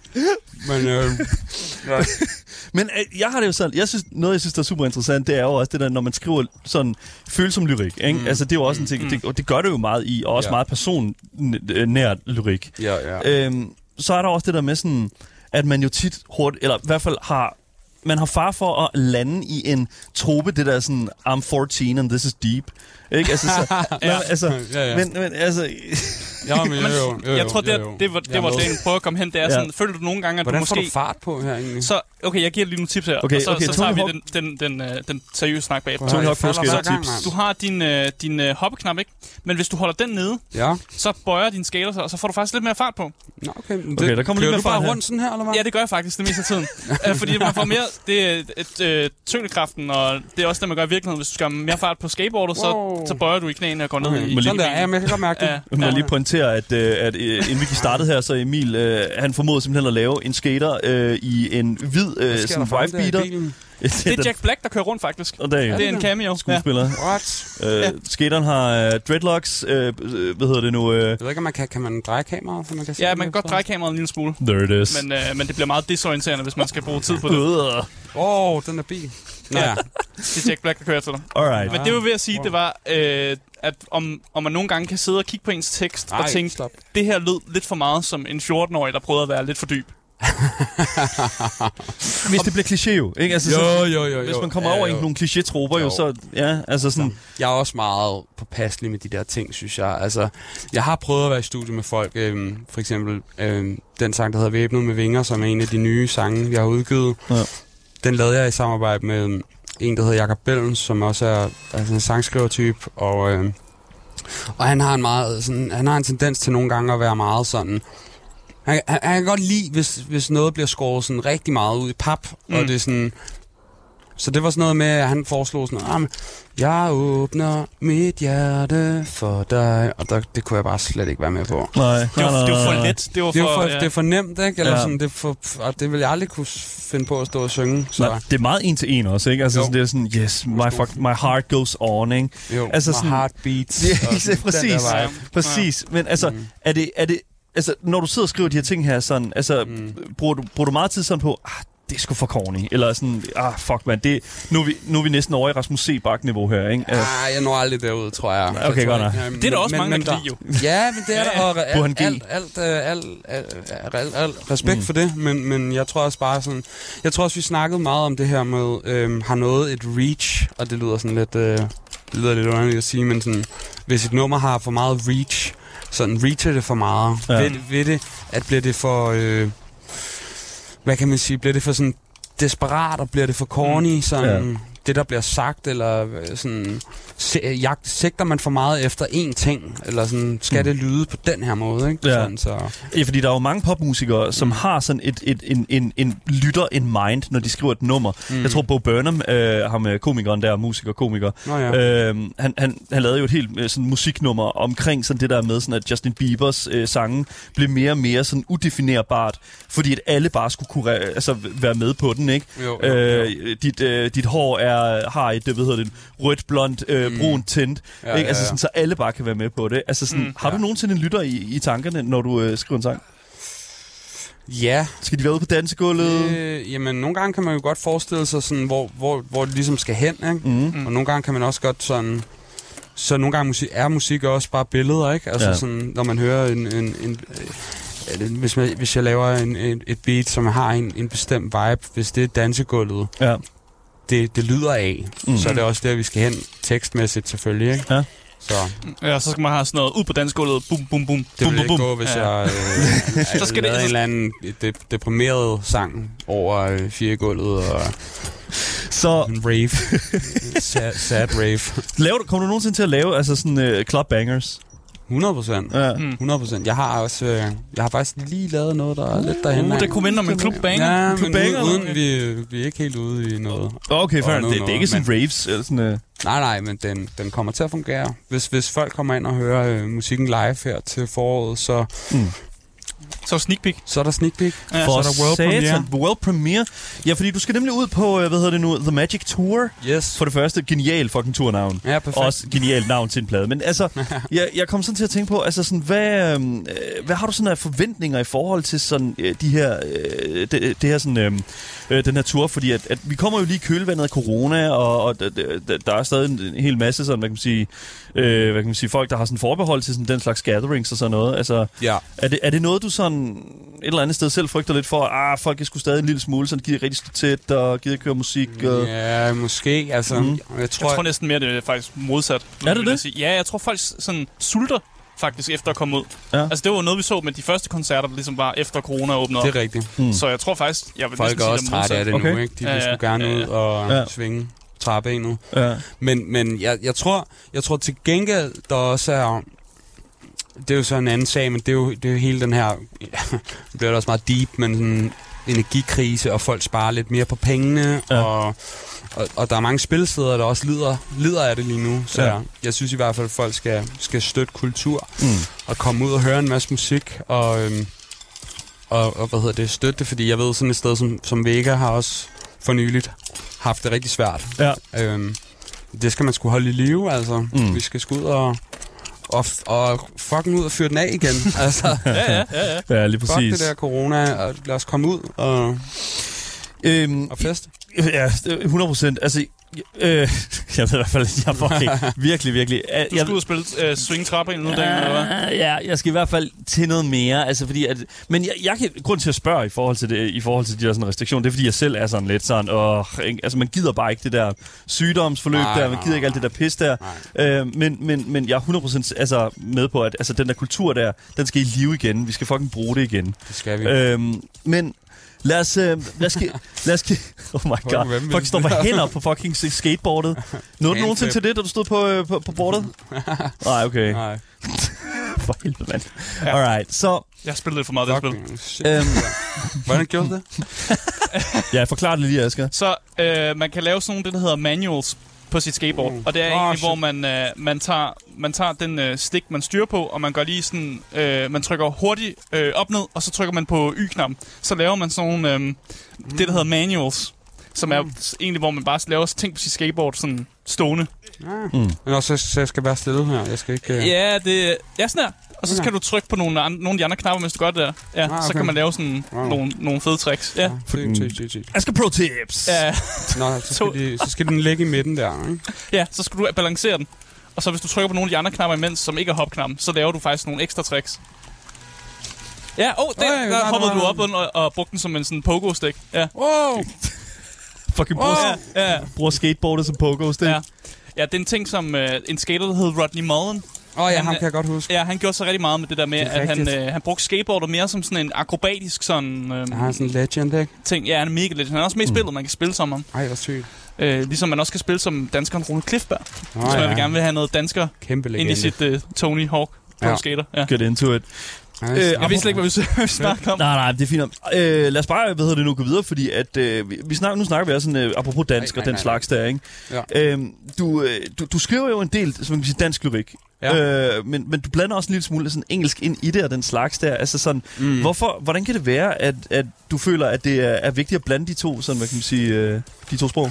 Men jeg har det jo sådan, jeg synes der er super interessant, det er jo også det der, når man skriver sådan følsom lyrik, ikke? Altså det er jo også en ting, og det gør det jo meget i, og også meget personnært lyrik. Ja. Så er der også det der med sådan, at man jo tit hurtigt, eller i hvert fald har man har far for at lande i en trope, det der sådan, I'm 14 and this is deep. Ikke? Altså, men altså... Jeg tror, det var det, jeg prøver at komme hen. Det er sådan, føler du nogle gange, at hvordan du måske... Hvordan får du fart på her egentlig? Så, okay, jeg giver lige nogle tips her, okay, og så tager vi den seriøse snak bagefter. Du har din hoppeknap, ikke? Men hvis du holder den nede, så bøjer dine skaler sig, og så får du faktisk lidt mere fart på. Nå, okay. Der kommer lidt mere fart rundt sådan her, eller hvad? Ja, det gør jeg faktisk det meste af tiden. Fordi man får mere... Det er tyngdekraften, og det er også det, man gør i virkeligheden. Hvis du skal have mere fart på skateboardet, så bøjer du i knæene og går ned i... Sådan der, jeg kan godt mærke det. Jeg må lige pointere, at inden vi startede her, så Emil, han formåede simpelthen at lave en skater i en hvid wife-beater. Det er Jack Black, der kører rundt, faktisk. Og det er en cameo. Skuespiller. What? Skateren har dreadlocks. Hvad hedder det nu? Jeg ved ikke, om kan man dreje kameraet, så man kan se. Ja, man kan godt dreje kameraet en lille smule. There it is. Men det bliver meget desorienterende, hvis man skal bruge tid på det. Den er bil. Nå ja. Det er Jack Black, der kører til dig. Alright. Men det var ved at sige, det var, at om man nogle gange kan sidde og kigge på ens tekst og tænke, det her lød lidt for meget som en 14-årig, der prøvede at være lidt for dyb. Hvis det bliver kliché jo, ikke? Altså, jo. Hvis man kommer over i nogle kliché-troper jo, så ja, altså sådan. Jeg er også meget påpasselig med de der ting, synes jeg. Altså, jeg har prøvet at være i studie med folk, for eksempel den sang, der hedder Væbnet med vinger, som er en af de nye sange, jeg har udgivet. Ja. Den lavede jeg i samarbejde med en, der hedder Jakob Bellens, som også er altså en sangskrivertype, og han har en meget sådan, han har en tendens til nogle gange at være meget sådan. Han kan godt lide, hvis noget bliver skåret sådan rigtig meget ud i pap, og det er sådan... Så det var sådan noget med, at han foreslog sådan noget, jeg åbner mit hjerte for dig, og det kunne jeg bare slet ikke være med på. Nej. Det var for let. Det er for nemt, ikke? Eller sådan, og det ville jeg aldrig kunne finde på at stå og synge. Så. Nej, det er meget en til en også, ikke? Altså sådan, det er sådan, yes, my heart goes on, ikke? Jo, altså, my sådan, heart beats. Præcis. Men altså, er det altså, når du sidder og skriver de her ting her, sådan, altså, bruger du meget tid sådan på, det er sgu for corny, eller sådan, fuck man, nu er vi næsten over i Rasmus Seebach-niveau her, ikke? Jeg når aldrig derud, tror jeg. Okay, godt nok. Det er der også mange, der jo. Ja, men det er der, og alt respekt for det, men jeg tror også bare sådan, jeg tror også, vi snakkede meget om det her med, har noget et reach, og det lyder sådan lidt, det lyder lidt underligt at sige, men sådan, hvis et nummer har for meget reach, sådan reacher det for meget, ved det, at bliver det for... hvad kan man sige, bliver det for sådan desperat, og bliver det for corny, sådan det, der bliver sagt, eller sådan, sigter man for meget efter én ting, eller sådan, skal det lyde på den her måde, ikke? Ja. Sådan, så. Ja, fordi der er jo mange popmusikere, som har sådan en lytter in mind, når de skriver et nummer. Jeg tror, Bo Burnham, ham komikeren der, musiker, han lavede jo et helt sådan musiknummer omkring sådan det der med, sådan at Justin Biebers sange blev mere og mere sådan udefinerbart, fordi at alle bare skulle kunne være med på den, ikke? Jo. Dit hår har et, rødt, blondt, brunt tint, ikke? Altså sådan, så alle bare kan være med på det. Altså sådan, har du nogensinde en lytter i tankerne, når du skriver en sang? Ja. Skal de være ude på dansegulvet? Jamen, nogle gange kan man jo godt forestille sig sådan, hvor det ligesom skal hen, ikke? Og nogle gange kan man også godt sådan... Så nogle gange er musik også bare billeder, ikke? Altså sådan, når man hører hvis jeg laver et beat, som har en bestemt vibe, hvis det er dansegulvet, det lyder af, så er det også der, vi skal hen tekstmæssigt selvfølgelig, ikke? Ja. Så skal man have sådan noget ud på dansegulvet, bum, bum, bum. Det ville ikke gå, hvis jeg så skal lavede en eller anden deprimeret sang over fire-gulvet og så en rave. sad rave. Kommer du nogensinde til at lave altså sådan club bangers? 100%. Ja. 100%. Jeg har faktisk lige lavet noget, der er lidt derhen. Det kunne vinde om en klubbanger. Ja, men uden vi er ikke helt ude i noget. Okay, fair. Det er ikke sådan raves eller sådan... Nej, men den kommer til at fungere. Hvis folk kommer ind og hører musikken live her til foråret, så... Så er der sneak peek. Så er der sneak peek. Ja. For så er der world premiere. World premiere. Ja, fordi du skal nemlig ud på, The Magic Tour. Yes. For det første, genial fucking turnavn. Ja, perfekt. Også genialt navn til en plade. Men altså, jeg kom sådan til at tænke på, altså sådan, hvad har du sådan af forventninger i forhold til sådan de her, det her sådan, den her tour? Fordi at vi kommer jo lige i kølvandet af corona, og der er stadig en hel masse sådan, hvad kan man sige, folk, der har sådan forbehold til sådan den slags gatherings og sådan noget. Altså, er det noget, du sådan sådan et eller andet sted selv frygter lidt for, at folk er sgu stadig en lille smule, så de gider rigtig stå tæt og gider køre musik. Og... Ja, måske. Altså, jeg tror næsten mere, det er faktisk modsat. Er det det? Ja, jeg tror folk sådan sulter faktisk efter at komme ud. Ja. Altså det var noget, vi så med de første koncerter, der ligesom var efter corona åbnede op. Det er rigtigt. Så jeg tror faktisk, jeg vil folk er også trætte af det nu, ikke? De vil sgu gerne ud og svinge trappebenet. Ja. Men jeg tror til gengæld, der også er... Det er jo så en anden sag, men det er jo hele den her... det bliver også meget deep, men sådan energikrise, og folk sparer lidt mere på pengene, og der er mange spilsteder, der også lider af det lige nu. Så jeg synes i hvert fald, at folk skal støtte kultur, og komme ud og høre en masse musik, og støtte det, fordi jeg ved sådan et sted som Vega har også for nyligt haft det rigtig svært. Ja. Det skal man sgu holde i live, altså. Vi skal sgu ud og fucking ud og fyre den af igen. Altså. Ja, lige præcis. Fuck det der corona, og lad os komme ud og feste. Ja, 100%. Altså, jeg ved i hvert fald, jeg får virkelig... Du skal ud og spille swing trapper nu, eller hvad? Ja, jeg skal i hvert fald til noget mere, altså fordi at... Men jeg kan... Grund til at spørge i forhold til de der sådan restriktioner, det er fordi, jeg selv er sådan lidt sådan, altså man gider bare ikke det der sygdomsforløb der, man gider ikke alt det der pis der. Men jeg er 100% altså med på, at altså, den der kultur der, den skal i live igen. Vi skal fucking bruge det igen. Det skal vi. Men... Lad os oh my god. Folk står med hænder på fucking skateboardet. Nåede du nogensinde til det, da du stod på bordet? Nej, okay. Nej. For helvede, mand. Alright, så... Jeg spillede lidt for meget det spil. Hvordan gjorde du det? Ja, forklar det lige, Asger. Så man kan lave sådan nogle, det der hedder manuals på sit skateboard. Og det er egentlig, hvor man tager den stik, man styrer på, og man gør lige sådan, man trykker hurtigt op ned, og så trykker man på Y-knappen. Så laver man sådan nogle, det der hedder manuals, som er egentlig, hvor man bare laver ting på sit skateboard sådan stående. Men også, så jeg skal være stille her. Jeg skal ikke... Ja, det er sådan her. Og så skal du trykke på nogle af de andre knapper, mens du gør det der. Ja, okay. Så kan man lave sådan nogle fede tricks. Ja. Asger Pro Tips! Ja. Nå, så skal den ligge i midten der, ikke? Ja, så skal du balancere den. Og så hvis du trykker på nogle af de andre knapper imens, som ikke er hopknappen, så laver du faktisk nogle ekstra tricks. Ja, der hoppede du op og brugte den som en sådan pogo-stik. Ja. Wow! Fucking bruger skateboardet som pogo-stik. Ja, det er en ting, som en skater, der hed Rodney Mullen. Ham kan jeg godt huske. Ja, han gjorde så rigtig meget med det der med, at han brugte skateboardet mere som sådan en akrobatisk sådan... Han er sådan en legend, ikke? Ting. Ja, han er mega legend. Han er også med i spillet, man kan spille som ham. Ej, hvor sygt. Ligesom man også kan spille som danskeren Rune Cliffberg. Så jeg vil gerne vil have noget dansker ind i sit Tony Hawk på skater. Ja. Get into it. Jeg vidste ikke, hvad vi snakker om. Nej, det er fint. Lad os bare, nu gå videre, fordi at nu snakker vi også sådan, apropos dansk og den slags der, ikke? Ja. Du skriver jo en del, som man kan sige, dansk lyrik. Ja. Men du blander også en lille smule sådan engelsk ind i det og den slags der. Altså sådan, hvordan kan det være, at du føler, at det er vigtigt at blande de to, sådan, hvad kan man sige, de to sprog?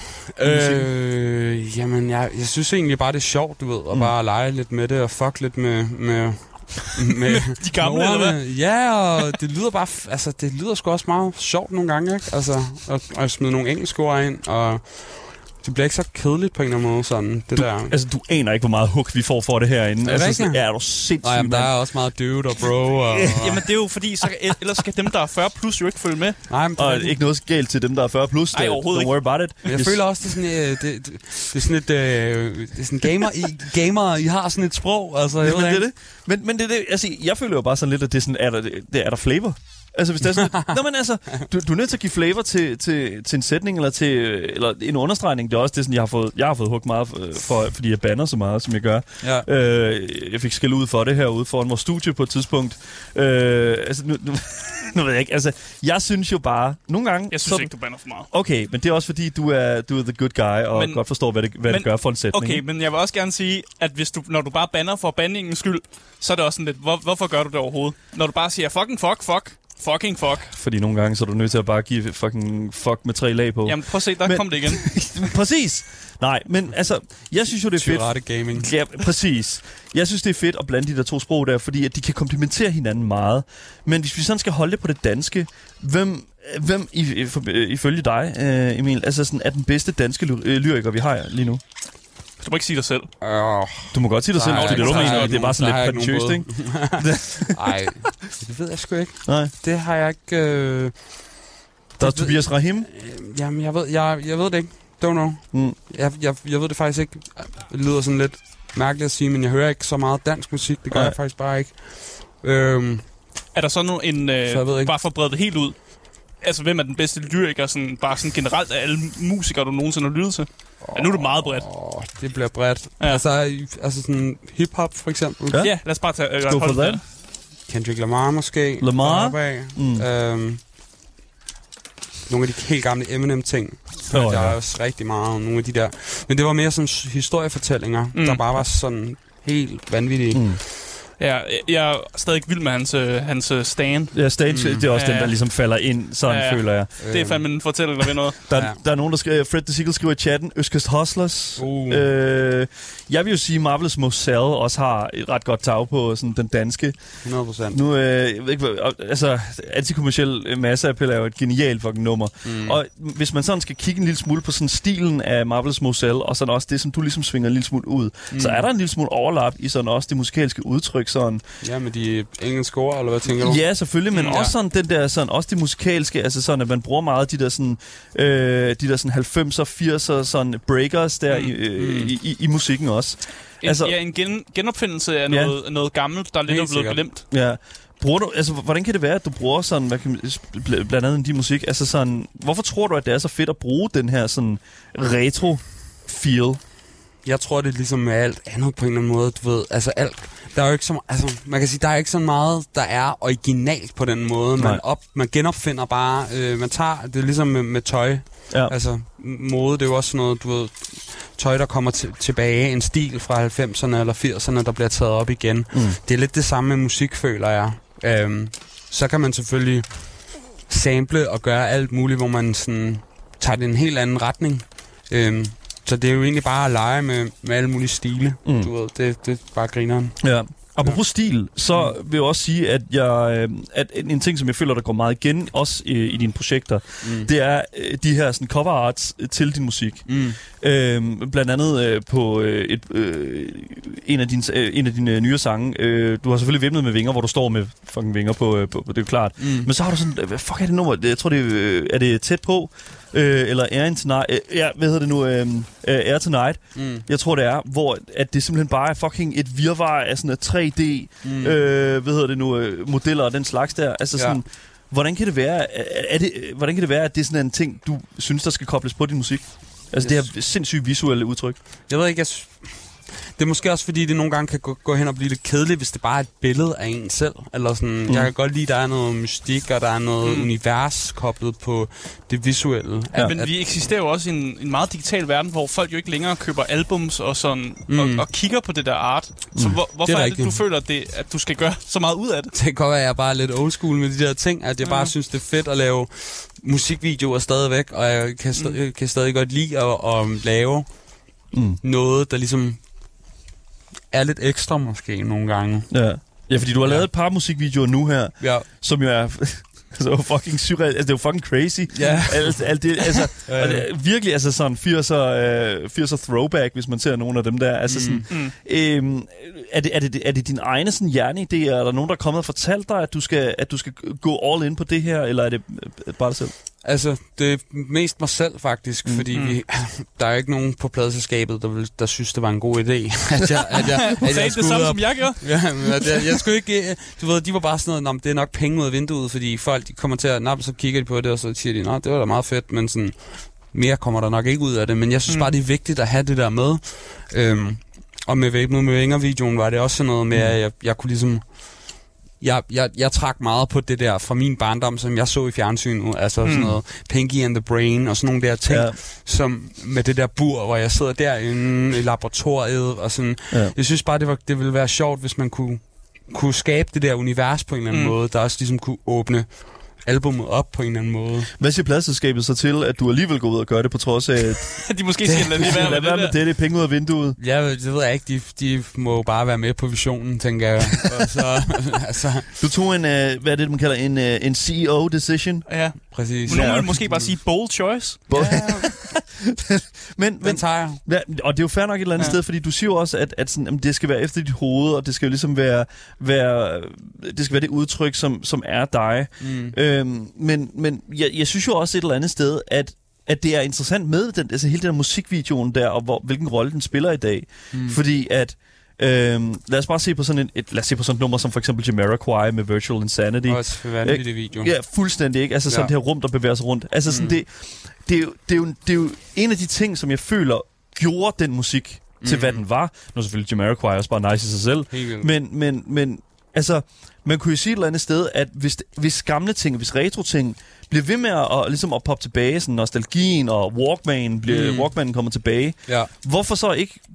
Jamen, jeg synes egentlig bare, det er sjovt, du ved, at bare lege lidt med det og fuck lidt med de gamle, eller hvad? Ja, og det lyder bare... Altså, det lyder sgu også meget sjovt nogle gange, ikke? Altså, at smide nogle engelske ord ind, og... Det bliver ikke så kedeligt på en eller anden måde, sådan det der. Altså, du aner ikke, hvor meget hook vi får for det herinde. Er det altså, er du sindssygt, nej, der er også meget dude og bro. Jamen, det er jo fordi, ellers skal dem, der er 40 plus, jo ikke følge med. Nej, men og ikke noget galt til dem, der er 40 plus. Nej, overhovedet ikke. Don't worry about it. Jeg føler også, det er sådan et gamer, I har sådan et sprog. Altså, men det er det. Men det er det. Altså, jeg føler jo bare sådan lidt, at det er sådan, er der flavor? Altså, hvis det er sådan... Nå, men altså, du er nødt til at give flavor til en sætning, eller en understregning. Det er også det, sådan, jeg har fået hugget meget fordi jeg banner så meget, som jeg gør. Ja. Jeg fik skæld ud for det herude foran vores studie på et tidspunkt. Altså, nu ved jeg ikke. Altså, jeg synes jo bare... Nogle gange... Jeg synes ikke, du banner for meget. Okay, men det er også fordi, du er the good guy, og godt forstår, hvad det gør for en sætning. Okay, men jeg vil også gerne sige, at når du bare banner for bandingens skyld, så er det også sådan lidt... Hvorfor gør du det overhovedet? Når du bare siger fucking fuck. Fordi nogle gange så er du nødt til at bare give fucking fuck med 3 lag på. Jamen prøv at se, der kom det igen. Præcis. Nej, men altså, jeg synes jo, det er fedt. Tyrate gaming. Ja, præcis. Jeg synes, det er fedt at blande de der to sprog der, fordi at de kan komplementere hinanden meget. Men hvis vi sådan skal holde det på det danske, hvem ifølge dig, Emil, altså sådan, er den bedste danske lyriker, vi har lige nu? Du må ikke sige dig selv. Du må godt sige dig selv, det er det, du mener. Det er bare sådan lidt prætentiøst, ikke? Nej, det ved jeg sgu ikke. Nej. Det har jeg ikke... Der er Tobias Rahim. Jamen, jeg ved det ikke. Don't know. Jeg ved det faktisk ikke. Det lyder sådan lidt mærkeligt at sige, men jeg hører ikke så meget dansk musik. Det gør jeg faktisk bare ikke. Er der så en... bare for at brede det helt ud. Altså, hvem er den bedste lyriker, sådan, bare sådan generelt af alle musikere, du nogensinde har lyttet til? Ja, nu er det meget bredt. Det bliver bredt. Ja. Altså sådan hip-hop, for eksempel. Ja, lad os bare tage... Go for that. Kendrick Lamar måske. Lamar? Nogle af de helt gamle Eminem-ting. Der er også rigtig meget nogle af de der. Men det var mere sådan historiefortællinger, der bare var sådan helt vanvittige. Ja, jeg er stadig vild med hans stand. Ja, stage, det er også den, der ligesom falder ind, sådan føler jeg. Det er fandme en fortælling, der ved noget. Der er nogen, der skriver, Fred the Seagull skriver i chatten, Østkyst Hustlers. Jeg vil jo sige, Marvelous Moselle også har et ret godt tag på sådan den danske. 100%. Nu, jeg ved ikke, altså, antikommerciel masseappel er jo et genialt fucking nummer. Og hvis man sådan skal kigge en lille smule på sådan stilen af Marvelous Moselle, og sådan også det, som du ligesom svinger en lille smule ud, så er der en lille smule overlap i sådan også det musikalske udtryk. Sådan. Ja, med de engelske ord, eller hvad tænker du? Ja, selvfølgelig, men også sådan den der sådan også det musikalske, altså sådan at man bruger meget af de der sådan 90'er, 80'er sådan breakers der i musikken også. En genopfindelse af noget gammelt, der er lidt blevet glemt. Ja. Bruger du, altså, hvordan kan det være, at du bruger sådan, blandt andet de musik, altså sådan, hvorfor tror du, at det er så fedt at bruge den her sådan retro feel? Jeg tror, det er ligesom med alt andet på en eller anden måde, du ved, altså alt. Der er jo ikke så, altså man kan sige, der er ikke så meget, der er originalt på den måde. Man genopfinder bare, man tager det er ligesom med tøj. Ja. Altså mode, det er jo også sådan noget, du ved, tøj der kommer tilbage, en stil fra 90'erne eller 80'erne, der bliver taget op igen. Det er lidt det samme med musik, føler jeg. Så kan man selvfølgelig sample og gøre alt muligt, hvor man sådan tager det i en helt anden retning. Så det er jo egentlig bare at lege med alle mulige stile. Du ved, det er bare grineren. Ja. Apropos stil, så vil jeg også sige, at en ting, som jeg føler, der går meget igen, også i dine projekter, det er de her sådan, cover arts til din musik. Blandt andet på en af dine nye sange. Du har selvfølgelig Væbnet med vinger, hvor du står med fucking vinger på det er klart. Men så har du sådan, hvad fuck er det nummer? Jeg tror, er det Tæt på? Eller Air Tonight, hvad hedder det nu? Air Tonight. Jeg tror det er, hvor at det simpelthen bare er fucking et virvar af sådan et 3D, hvad hedder det nu, modeller og den slags der. Altså sådan, hvordan kan det være, at det er sådan en ting, du synes, der skal kobles på din musik? Altså det her sindssygt visuelle udtryk. Jeg ved ikke, det er måske også fordi, det nogle gange kan gå hen og blive lidt kedeligt, hvis det bare er et billede af en selv. Eller sådan, jeg kan godt lide, at der er noget mystik, og der er noget univers koblet på det visuelle. Ja. Men vi eksisterer jo også i en meget digital verden, hvor folk jo ikke længere køber albums og sådan, og kigger på det der art. Så hvorfor er det, du føler, at du skal gøre så meget ud af det? Det kan godt være, at jeg er bare lidt old school med de der ting, at jeg bare synes, det er fedt at lave musikvideoer stadigvæk, og jeg kan stadig godt lide at lave noget, der ligesom er lidt ekstra måske nogle gange. Ja, fordi du har lavet et par musikvideoer nu her, som jo er så fucking surreal. Altså, det er jo fucking crazy. Ja. Alt det, altså, og det er virkelig altså sådan 80'er throwback, hvis man ser nogle af dem der. Altså sådan, er det din egne sådan hjerneidéer? Er der nogen, der er kommet og fortalt dig, at du skal gå all in på det her, eller er det bare dig selv? Altså, det er mest mig selv faktisk, fordi der er ikke nogen på pladeselskabet, der synes, det var en god idé, at jeg det samme, som jeg gør. Ja, men jeg skulle ikke, du ved, de var bare sådan noget, det er nok penge ud af vinduet, fordi folk de kommer til at, så kigger de på det, og så siger de, det var da meget fedt, men sådan, mere kommer der nok ikke ud af det, men jeg synes bare, det er vigtigt at have det der med. Og med Væbnet med vinger-videoen var det også sådan noget med, at jeg kunne ligesom, jeg trak meget på det der fra min barndom, som jeg så i fjernsynet, altså sådan noget Pinky and the Brain og sådan nogle der ting, som med det der bur, hvor jeg sidder derinde i laboratoriet og sådan. Jeg synes bare, det ville være sjovt, hvis man kunne skabe det der univers på en eller anden måde, der også ligesom kunne åbne albumet op på en eller anden måde. Hvad siger pladeselskabet så til, at du alligevel går ud og gør det, på trods af, at de måske skal lade være med det er penge ud af vinduet? Ja, det ved jeg ikke. De må bare være med på visionen, tænker jeg. Og så, altså. Du tog en, hvad er det, man kalder en CEO decision? Ja, præcis. Men nu må måske bare sige bold choice. Den tager jeg. Ja, og det er jo fair nok et eller andet sted, fordi du siger jo også, at sådan, jamen, det skal være efter dit hoved, og det skal jo ligesom være det skal være det udtryk, som er dig. Men jeg synes jo også et eller andet sted, at det er interessant med den, altså hele den der musikvideoen der, og hvilken rolle den spiller i dag. Fordi at lad os bare se på sådan et nummer som for eksempel Jamiroquai med Virtual Insanity. Også vanvittig video. Ja, fuldstændig, ikke? Altså sådan det her rum, der bevæger sig rundt. Altså sådan det er jo en af de ting, som jeg føler gjorde den musik til hvad den var. Nu selvfølgelig Jamiroquai også bare nice i sig selv. Men altså man kunne jo sige et eller andet sted, at hvis gamle ting, hvis retro ting bliver ved med at poppe tilbage, sådan nostalgien og Walkmanen kommer tilbage. Ja. Hvorfor så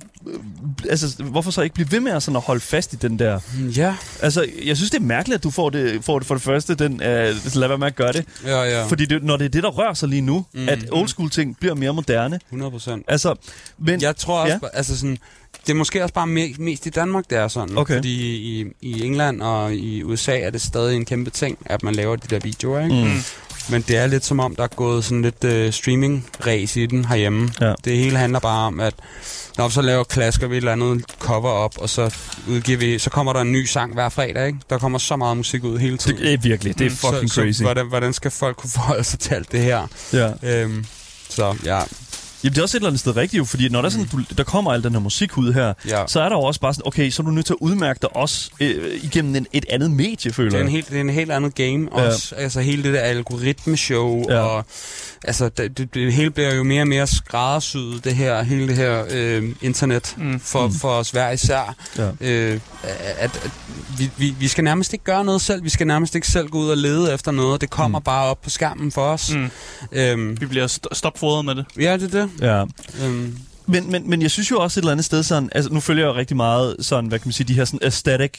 ikke blive ved med at holde fast i den der? Ja. Altså, jeg synes, det er mærkeligt, at du får det for det første, lad være med at gøre det. Ja. Fordi når det er det, der rører sig lige nu, at old school ting bliver mere moderne. 100%. Altså, men jeg tror også, altså sådan, det er måske også bare mest i Danmark, det er sådan. Okay. Fordi i England og i USA er det stadig en kæmpe ting, at man laver de der videoer, ikke? Men det er lidt som om, der er gået sådan lidt streaming-ræs i den herhjemme. Ja. Det hele handler bare om, at når vi så laver klasker vi et eller andet cover op, og så så kommer der en ny sang hver fredag, ikke? Der kommer så meget musik ud hele tiden. Det er virkelig, det er fucking crazy. Så hvordan skal folk kunne forholde sig til alt det her? Ja. Så ja. Jamen, det er også et eller andet sted rigtigt jo, fordi når der, sådan, der kommer al den her musik ud her, så er der jo også bare sådan, okay, så er du nødt til at udmærke dig også igennem et andet medie, føler jeg. Det er en helt andet game også. Altså hele det der algoritmeshow, og altså det hele bliver jo mere og mere skræddersyet, hele det her internet for os hver især. Ja. At vi skal nærmest ikke gøre noget selv, vi skal nærmest ikke selv gå ud og lede efter noget, det kommer bare op på skærmen for os. Vi bliver stopfodret med det. Ja, det er det. Ja. Men jeg synes jo også et eller andet sted sådan, altså nu følger jeg jo rigtig meget sådan, hvad kan man sige, de her sådan aesthetic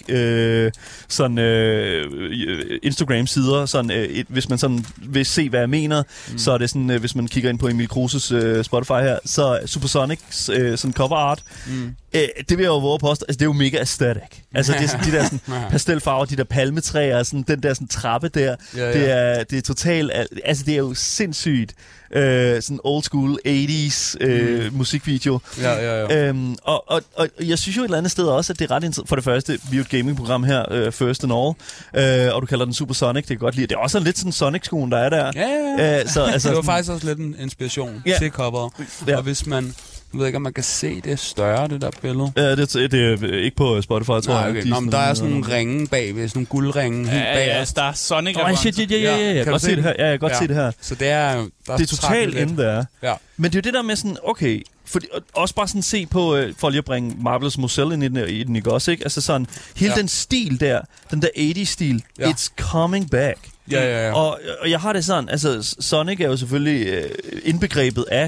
Instagram-sider, sådan hvis man sådan vil se, hvad jeg mener, så er det sådan, hvis man kigger ind på Emil Kruses Spotify her, så Supersonic sådan cover art, det vil jeg jo våge påstå, altså det er jo mega aesthetic. Altså det er sådan, de der sådan pastelfarver, de der palmetræer, sådan den der sådan trappe der, det er totalt, altså det er jo sindssygt sådan old school 80's musikvideo. Og jeg synes jo et eller andet sted også, at det er ret interessant. For det første, vi er jo et gamingprogram her, First and All, og du kalder den Supersonic, det kan godt lide. Det er også lidt sådan Sonic-skoen, der er der. Så, altså, det var faktisk også lidt en inspiration til coveret. Og hvis man... Jeg ved ikke, om man kan se det større, det der billede. Ja, det er ikke på Spotify, tror jeg. Okay. Der er sådan nogle ringe bagved, sådan nogle guldringe helt bag. Ja, der er Sonic. Ja. Jeg kan godt se det her. Ja, jeg kan godt se det her. Så det er det er totalt inde der. Ja. Men det er jo det der med sådan, okay, også bare sådan se på, for lige at bringe Marvelous Moselle ind i den, ikke også, ikke? Altså sådan, hele den stil der, den der 80's-stil, it's coming back. Ja. Og jeg har det sådan, altså Sonic er jo selvfølgelig indbegrebet af,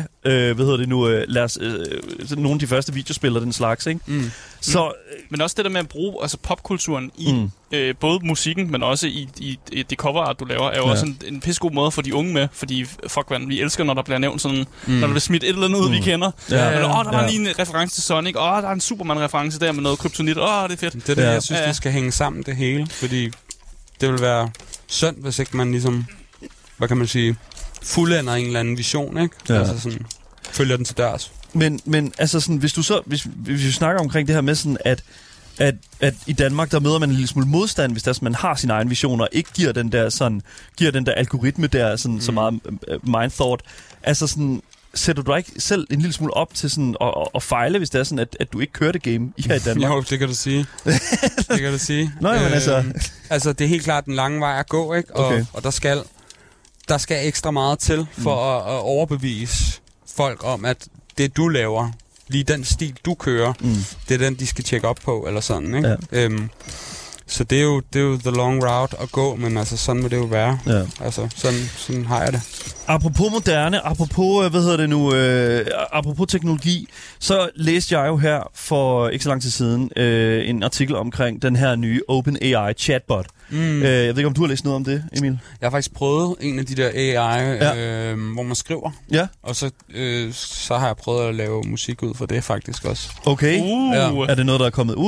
nogle af de første videospil og den slags, ikke? Så, men også det der med at bruge altså popkulturen i både musikken, men også i det coverart, du laver, er jo også en pissegod måde at få de unge med, fordi vi elsker, når der bliver nævnt sådan, når der bliver smidt et eller andet ud, vi kender. Der var lige en reference til Sonic, der er en Superman-reference der med noget kryptonit, det er fedt. Det er det, jeg synes, det skal hænge sammen, det hele, fordi det vil være synd, hvis ikke man ligesom, hvad kan man sige, fuldender en eller anden vision, ikke? Ja. Altså sådan, følger den til dørs. Men altså sådan, hvis vi snakker omkring det her med sådan, at i Danmark, der møder man en lille smule modstand, hvis der, man har sine egne visioner, og ikke giver den der algoritme der, sådan, så meget mind thought. Altså sådan, sætter du dig ikke selv en lille smule op til sådan at fejle, hvis det er sådan, at du ikke kører det game her i Danmark? Jo, det kan du sige. Det kan du sige. Nå, men altså, det er helt klart den lange vej at gå, ikke? Og der skal ekstra meget til for at overbevise folk om, at det du laver, lige den stil du kører, det er den, de skal tjekke op på, eller sådan, ikke? Ja. Så det er jo the long route at gå, men altså sådan må det jo være. Ja. Altså sådan har jeg det. Apropos moderne, apropos apropos teknologi, så læste jeg jo her for ikke så lang tid siden en artikel omkring den her nye OpenAI chatbot. Jeg ved ikke, om du har læst noget om det, Emil? Jeg har faktisk prøvet en af de der AI, hvor man skriver. Ja. Og så har jeg prøvet at lave musik ud for det faktisk også. Okay. Er det noget, der er kommet ud?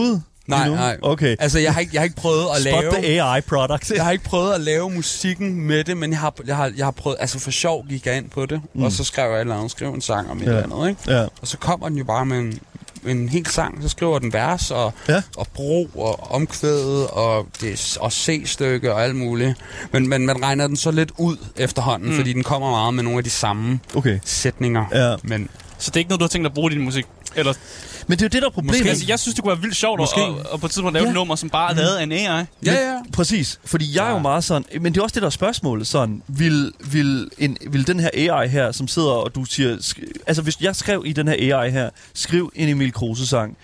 Nej. Okay. Altså, jeg har ikke prøvet at lave... Spot the AI product. Jeg har ikke prøvet at lave musikken med det, men jeg har prøvet... Altså, for sjov gik jeg ind på det, og så skrev jeg et eller andet, skrev en sang om et eller andet, ikke? Ja. Og så kommer den jo bare med en hel sang, så skriver den vers, og bro, og omkvædet, og C-stykke, og alt muligt. Men man regner den så lidt ud efterhånden, fordi den kommer meget med nogle af de samme sætninger. Ja. Men så det er ikke noget, du har tænkt at bruge din musik? Eller? Men det er jo det, der er problemet. Altså, jeg synes, det kunne være vildt sjovt at på et tidspunkt lave et nummer, som bare er lavet af en AI. Ja. Præcis. Fordi jeg er jo meget sådan... Men det er også det, der er spørgsmålet. Sådan, vil den her AI her, som sidder og du siger... Altså, hvis jeg skrev i den her AI her, skriv en Emil Kruse-sang,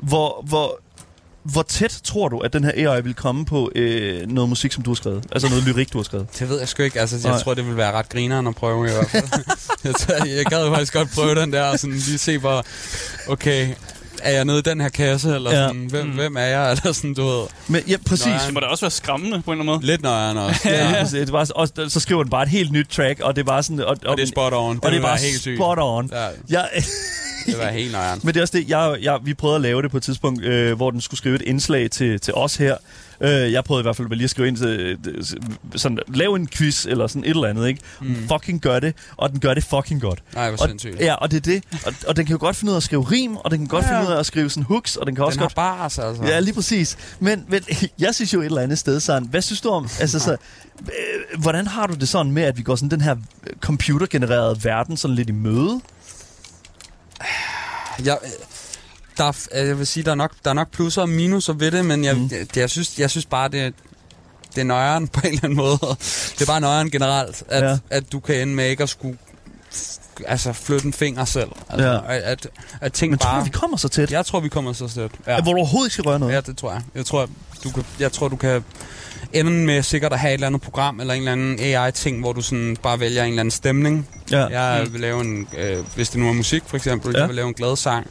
hvor tæt tror du, at den her AI vil komme på noget musik, som du har skrevet? Altså noget lyrik, du har skrevet? Det ved jeg sgu ikke. Altså, jeg tror, det vil være ret grineren at prøve i hvert fald. jeg gad jo faktisk godt prøve den der, og sådan lige se, hvor... Okay, er jeg nede i den her kasse, eller sådan, hvem er jeg, eller sådan, du ved. Men ja, præcis. Det må da også være skræmmende på en eller anden måde. Lidt nøjeren også. Det er bare, så skriver den bare et helt nyt track, og det er bare sådan... Og det er spot on. Og det er bare helt sygt. Spot on. Ja. Det var helt nøjeren. Men det er også det, vi prøvede at lave det på et tidspunkt, hvor den skulle skrive et indslag til os her. Jeg prøvede i hvert fald lige at skrive ind til sådan, lave en quiz eller sådan et eller andet, ikke? Fucking gør det, og den gør det fucking godt. Nej, hvor sindssygt. Ja, og det er det. Og den kan jo godt finde ud af at skrive rim, og den kan godt finde ud af at skrive sådan hooks, og den kan også godt... Den har bars, altså. Ja, lige præcis. Men jeg synes jo et eller andet sted sådan, hvad synes du om, altså så... Hvordan har du det sådan med, at vi går sådan den her computergenererede verden sådan lidt i møde? Jeg vil sige, der er nok plusser og minuser ved det, men jeg synes bare, det er nøjeren på en eller anden måde. Det er bare nøjeren generelt, at du kan ende med ikke at skulle flytte en finger selv. Altså, at ting men bare... tror du, vi kommer så tæt? Jeg tror, vi kommer så tæt. Ja. Hvor du overhovedet ikke skal røre noget? Ja, det tror jeg. Jeg tror, du kan ende med sikkert at have et eller andet program, eller en eller anden AI-ting, hvor du sådan bare vælger en eller anden stemning. Ja. Jeg vil lave en... hvis det nu er musik, for eksempel, jeg vil lave en glad sang.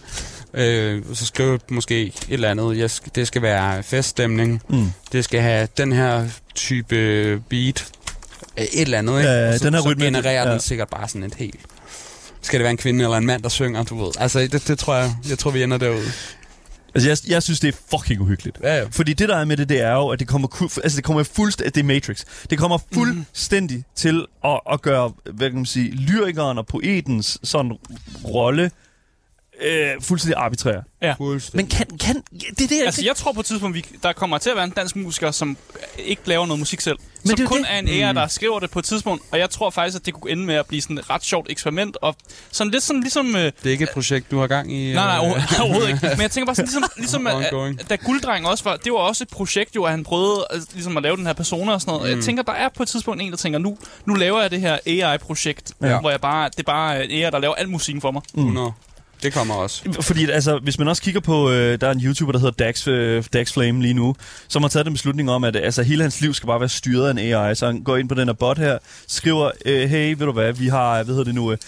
Så skriver jeg måske et eller andet. Det skal være feststemning. Det skal have den her type beat. Et eller andet, ikke? Ja, så, den her så rytme, genererer den sikkert bare sådan et helt... Skal det være en kvinde eller en mand, der synger, du ved? Altså, det tror jeg tror, vi ender derude. Altså, jeg synes, det er fucking uhyggeligt. Ja. Fordi det, der er med det er jo, at det kommer fuldstændig... Det er Matrix. Det kommer fuldstændig til at gøre, hvad kan man sige, lyrikeren og poetens sådan rolle fuldstændig arbitrær. Ja. Men kan det der... Altså, jeg tror på et tidspunkt, der kommer til at være en dansk musiker, som ikke laver noget musik selv. Men som kun er en AI, der skriver det på et tidspunkt. Og jeg tror faktisk, at det kunne ende med at blive sådan et ret sjovt eksperiment. Og sådan lidt sådan ligesom... Det er ikke et projekt, du har gang i? Nej, overhovedet ikke. Men jeg tænker bare sådan, ligesom da Gulddreng også var... Det var også et projekt jo, at han prøvede ligesom at lave den her persona og sådan noget. Og jeg tænker, der er på et tidspunkt en, der tænker, nu laver jeg det her AI-projekt, hvor det er bare en AI, der laver al musikken for mig. 100. Det kommer også. Fordi altså, hvis man også kigger på, der er en YouTuber, der hedder Dax Flame lige nu, som har taget den beslutning om, at altså, hele hans liv skal bare være styret af en AI. Så han går ind på den her bot her, skriver, hey, ved du hvad, vi har, hvad hedder det nu,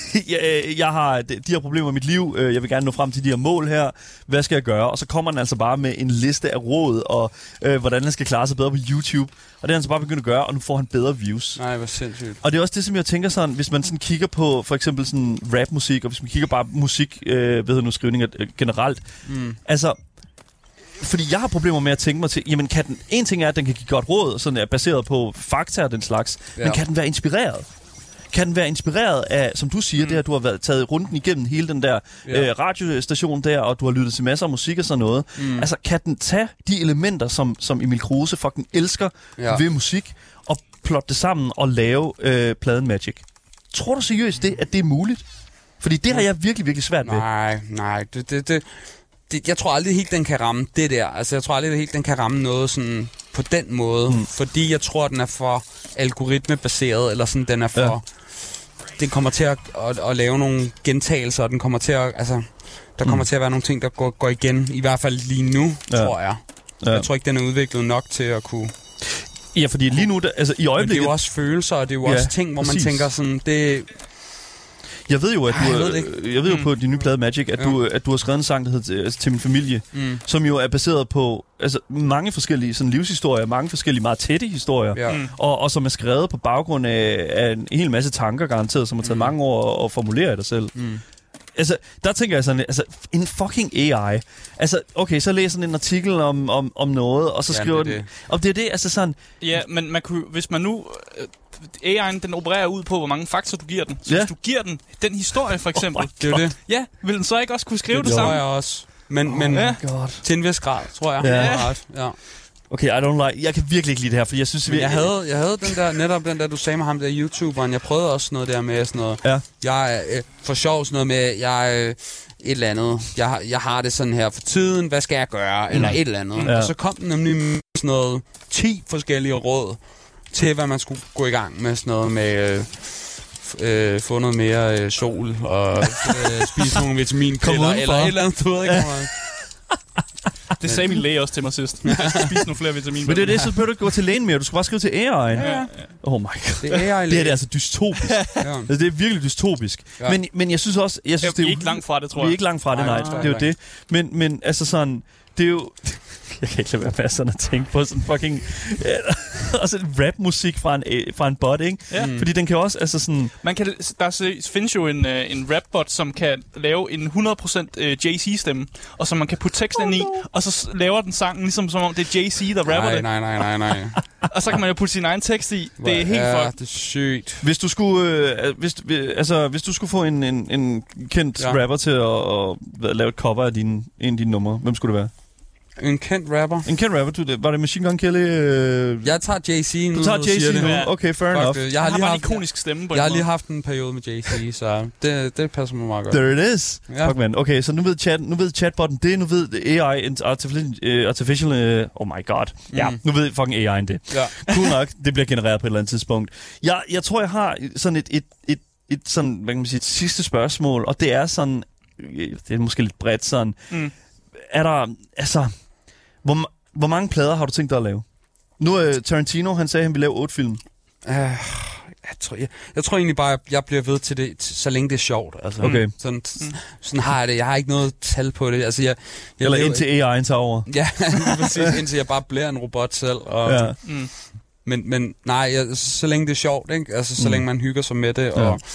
jeg har de her problemer i mit liv, jeg vil gerne nå frem til de her mål her, hvad skal jeg gøre? Og så kommer han altså bare med en liste af råd, og hvordan han skal klare sig bedre på YouTube. Og det har han så bare begyndt at gøre, og nu får han bedre views. Nej, hvor sindssygt. Og det er også det, som jeg tænker sådan, hvis man sådan kigger på for eksempel sådan rapmusik, og hvis man kigger bare musik, skrivninger generelt. Altså, fordi jeg har problemer med at tænke mig til, jamen en ting er, at den kan give godt råd, sådan er baseret på fakta og den slags, men kan den være inspireret? Kan den være inspireret af, som du siger, det at du har taget runden igennem hele den der radiostation der, og du har lyttet til masser af musik og sådan noget. Altså, kan den tage de elementer, som Emil Kruse fucking elsker ved musik, og plotte det sammen og lave pladen Magic? Tror du seriøst at det er muligt? Fordi det har jeg virkelig, virkelig svært ved. Nej. Jeg tror aldrig helt, den kan ramme det der. Altså, jeg tror aldrig helt, den kan ramme noget sådan på den måde. Fordi jeg tror, den er for algoritmebaseret, eller sådan, den er for... Ja. Den kommer til at lave nogle gentagelser, og den kommer til at... Altså, der kommer til at være nogle ting, der går igen. I hvert fald lige nu, tror jeg. Ja. Jeg tror ikke, den er udviklet nok til at kunne... Ja, fordi lige nu, altså i øjeblikket... Men det er jo også følelser, og det er jo også ting, hvor man tænker sådan, det... Jeg ved jo, at jeg ved jo på din nye plade Magic, at du har skrevet en sang, der hedder Til min familie, som jo er baseret på mange forskellige sådan, livshistorier, mange forskellige meget tætte historier, og som er skrevet på baggrund af en hel masse tanker, garanteret, som har taget mange år at formulere i dig selv. altså, der tænker jeg sådan, altså, en fucking AI. Altså, okay, så læser den en artikel om noget, og så skriver den... Og det er det, altså sådan... Ja, men man kunne, hvis man nu... AI'en, den opererer ud på, hvor mange fakta du giver den. Så hvis du giver den historie, for eksempel... det er det. Ja, vil den så ikke også kunne skrive det samme? Det tror jeg også. Men til en vis grad, tror jeg. Ja. Okay, I don't like... Jeg kan virkelig ikke lide det her, for jeg synes... Jeg havde den der, netop den der, du sagde med ham der YouTuberen. Jeg prøvede også noget der med sådan noget... Ja. Jeg for sjov sådan noget med... et eller andet. Jeg har det sådan her for tiden. Hvad skal jeg gøre? Eller et eller andet. Ja. Og så kom den nemlig med sådan noget 10 forskellige råd til, hvad man skulle gå i gang med. Sådan noget med... få noget mere sol og spise nogle vitaminpiller eller et eller andet, du ved ikke. Det sagde min læge også til mig sidst. Spise nogle flere vitaminer. Men det er det, så behøver du ikke gå til lægen mere. Du skal bare skrive til AI'en. Ja. Oh my god. Det er det er altså dystopisk. Altså, det er virkelig dystopisk. Ja. Men jeg synes også... Vi er ikke langt fra det, tror jeg. Vi er ikke langt fra det, nej. Det er jo det. Men altså sådan... Det er jo... Jeg kan ikke lade være med sådan at tænke på sådan fucking... også rapmusik fra en bot, ikke? Ja. Fordi den kan også, altså sådan... findes jo en rapbot, som kan lave en 100% Jay-Z-stemme, og som man kan putte tekst ind i, og så laver den sangen, ligesom som om det er Jay-Z, der rapper det. Nej. Og så kan man jo putte sin egen tekst i. Det er helt fucked. Det er sygt. Hvis du skulle, hvis du skulle få en kendt rapper til at lave et cover af en af dine numre, hvem skulle det være? En kendt rapper. En kendt rapper, var det Machine Gun Kelly? Jeg tager Jay-Z nu. Du tager Jay-Z nu? Okay, fair enough. Jeg har lige haft en ikonisk stemme på jeg har lige haft en periode med Jay-Z, så det passer mig meget godt. There it is. Ja. Fuck, man. Okay, så nu ved chatbotten det, nu ved AI, artificial, oh my god. Ja, nu ved fucking AI'en det. Ja. Cool nok, det bliver genereret på et eller andet tidspunkt. Jeg tror, jeg har sådan et sådan, hvad kan man sige, et sidste spørgsmål, og det er sådan, det er måske lidt bredt sådan, er der, altså... Hvor mange plader har du tænkt dig at lave? Nu Tarantino, han sagde, at han ville lave 8 film. Jeg tror egentlig bare, at jeg bliver ved til det, så længe det er sjovt. Altså, okay. Sådan har jeg det. Jeg har ikke noget tal på det. Altså, eller indtil AI'en tager over. Ja, præcis. Indtil jeg bare bliver en robot selv. Og, men nej, så længe det er sjovt, ikke? Altså, så længe man hygger sig med det,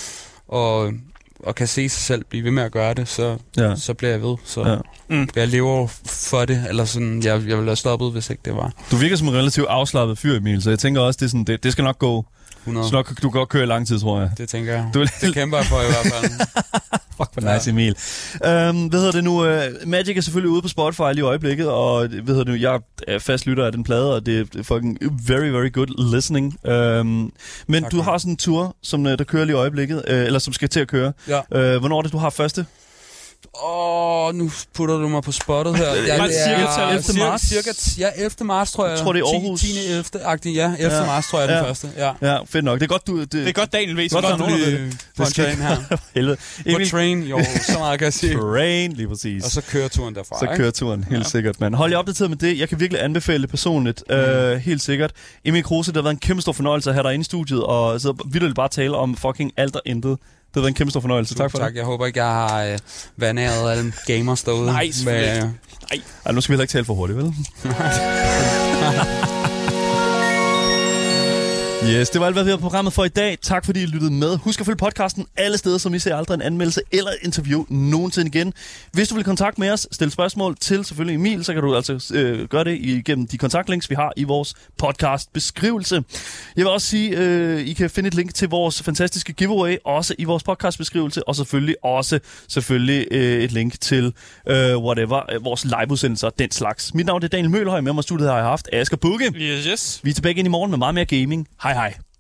og kan se sig selv blive ved med at gøre det, så bliver jeg ved. Så jeg lever for det, eller sådan, jeg ville have stoppet, hvis ikke det var. Du virker som en relativt afslappet fyr, Emil, så jeg tænker også, det, er sådan, det skal nok gå. 100. Så nok, du kan godt køre i lang tid, tror jeg. Det tænker jeg. Det kæmper jeg for i hvert fald. Fuck, hvor nice, Emil. Hvad hedder det nu? Magic er selvfølgelig ude på Spotify lige i øjeblikket, og hvad hedder det nu? Jeg er fast lytter af den plade, og det er fucking very, very good listening. Men tak, du har sådan en tour, som der kører lige i øjeblikket, eller som skal til at køre. Ja. Hvornår er det, du har første? Nu putter du mig på spottet her. Cirka 11. marts. 11. marts, tror jeg. Jeg tror, det er Aarhus. 10. 11. Ja, 11. marts, tror jeg, er den første. Ja, fedt nok. Det er godt, det er godt, Daniel ved. Godt, du lige på en train her. Helvede. På train, jo, så meget kan jeg sige. Train, lige præcis. Og så kører turen derfra, Så kører turen, helt sikkert, mand. Hold jer opdateret med det. Jeg kan virkelig anbefale det personligt. Helt sikkert. Emil Kruse, det har været en kæmpe stor fornøjelse at have dig inde i studiet, og så vildt bare tale om fucking alt og intet. Det har været en kæmpe stor fornøjelse. Tak for det. Jeg håber ikke, jeg har vandæret alle gamers derude. Nej, selvfølgelig. Nej, nu skal vi heller ikke tale for hurtigt, vel? Yes, det var alt, hvad vi havde på programmet for i dag. Tak fordi I lyttede med. Husk at følge podcasten alle steder, som I ser aldrig en anmeldelse eller interview nogensinde igen. Hvis du vil kontakte med os, stille spørgsmål til selvfølgelig Emil, så kan du altså gøre det igennem de kontaktlinks, vi har i vores podcast-beskrivelse. Jeg vil også sige, I kan finde et link til vores fantastiske giveaway, også i vores podcast-beskrivelse, og selvfølgelig også et link til vores liveudsendelser, den slags. Mit navn er Daniel Møhlhøj, med mig i studiet har jeg haft Asger Bugge. Yes. Vi er tilbage igen i morgen med meget mere gaming. Hej hej.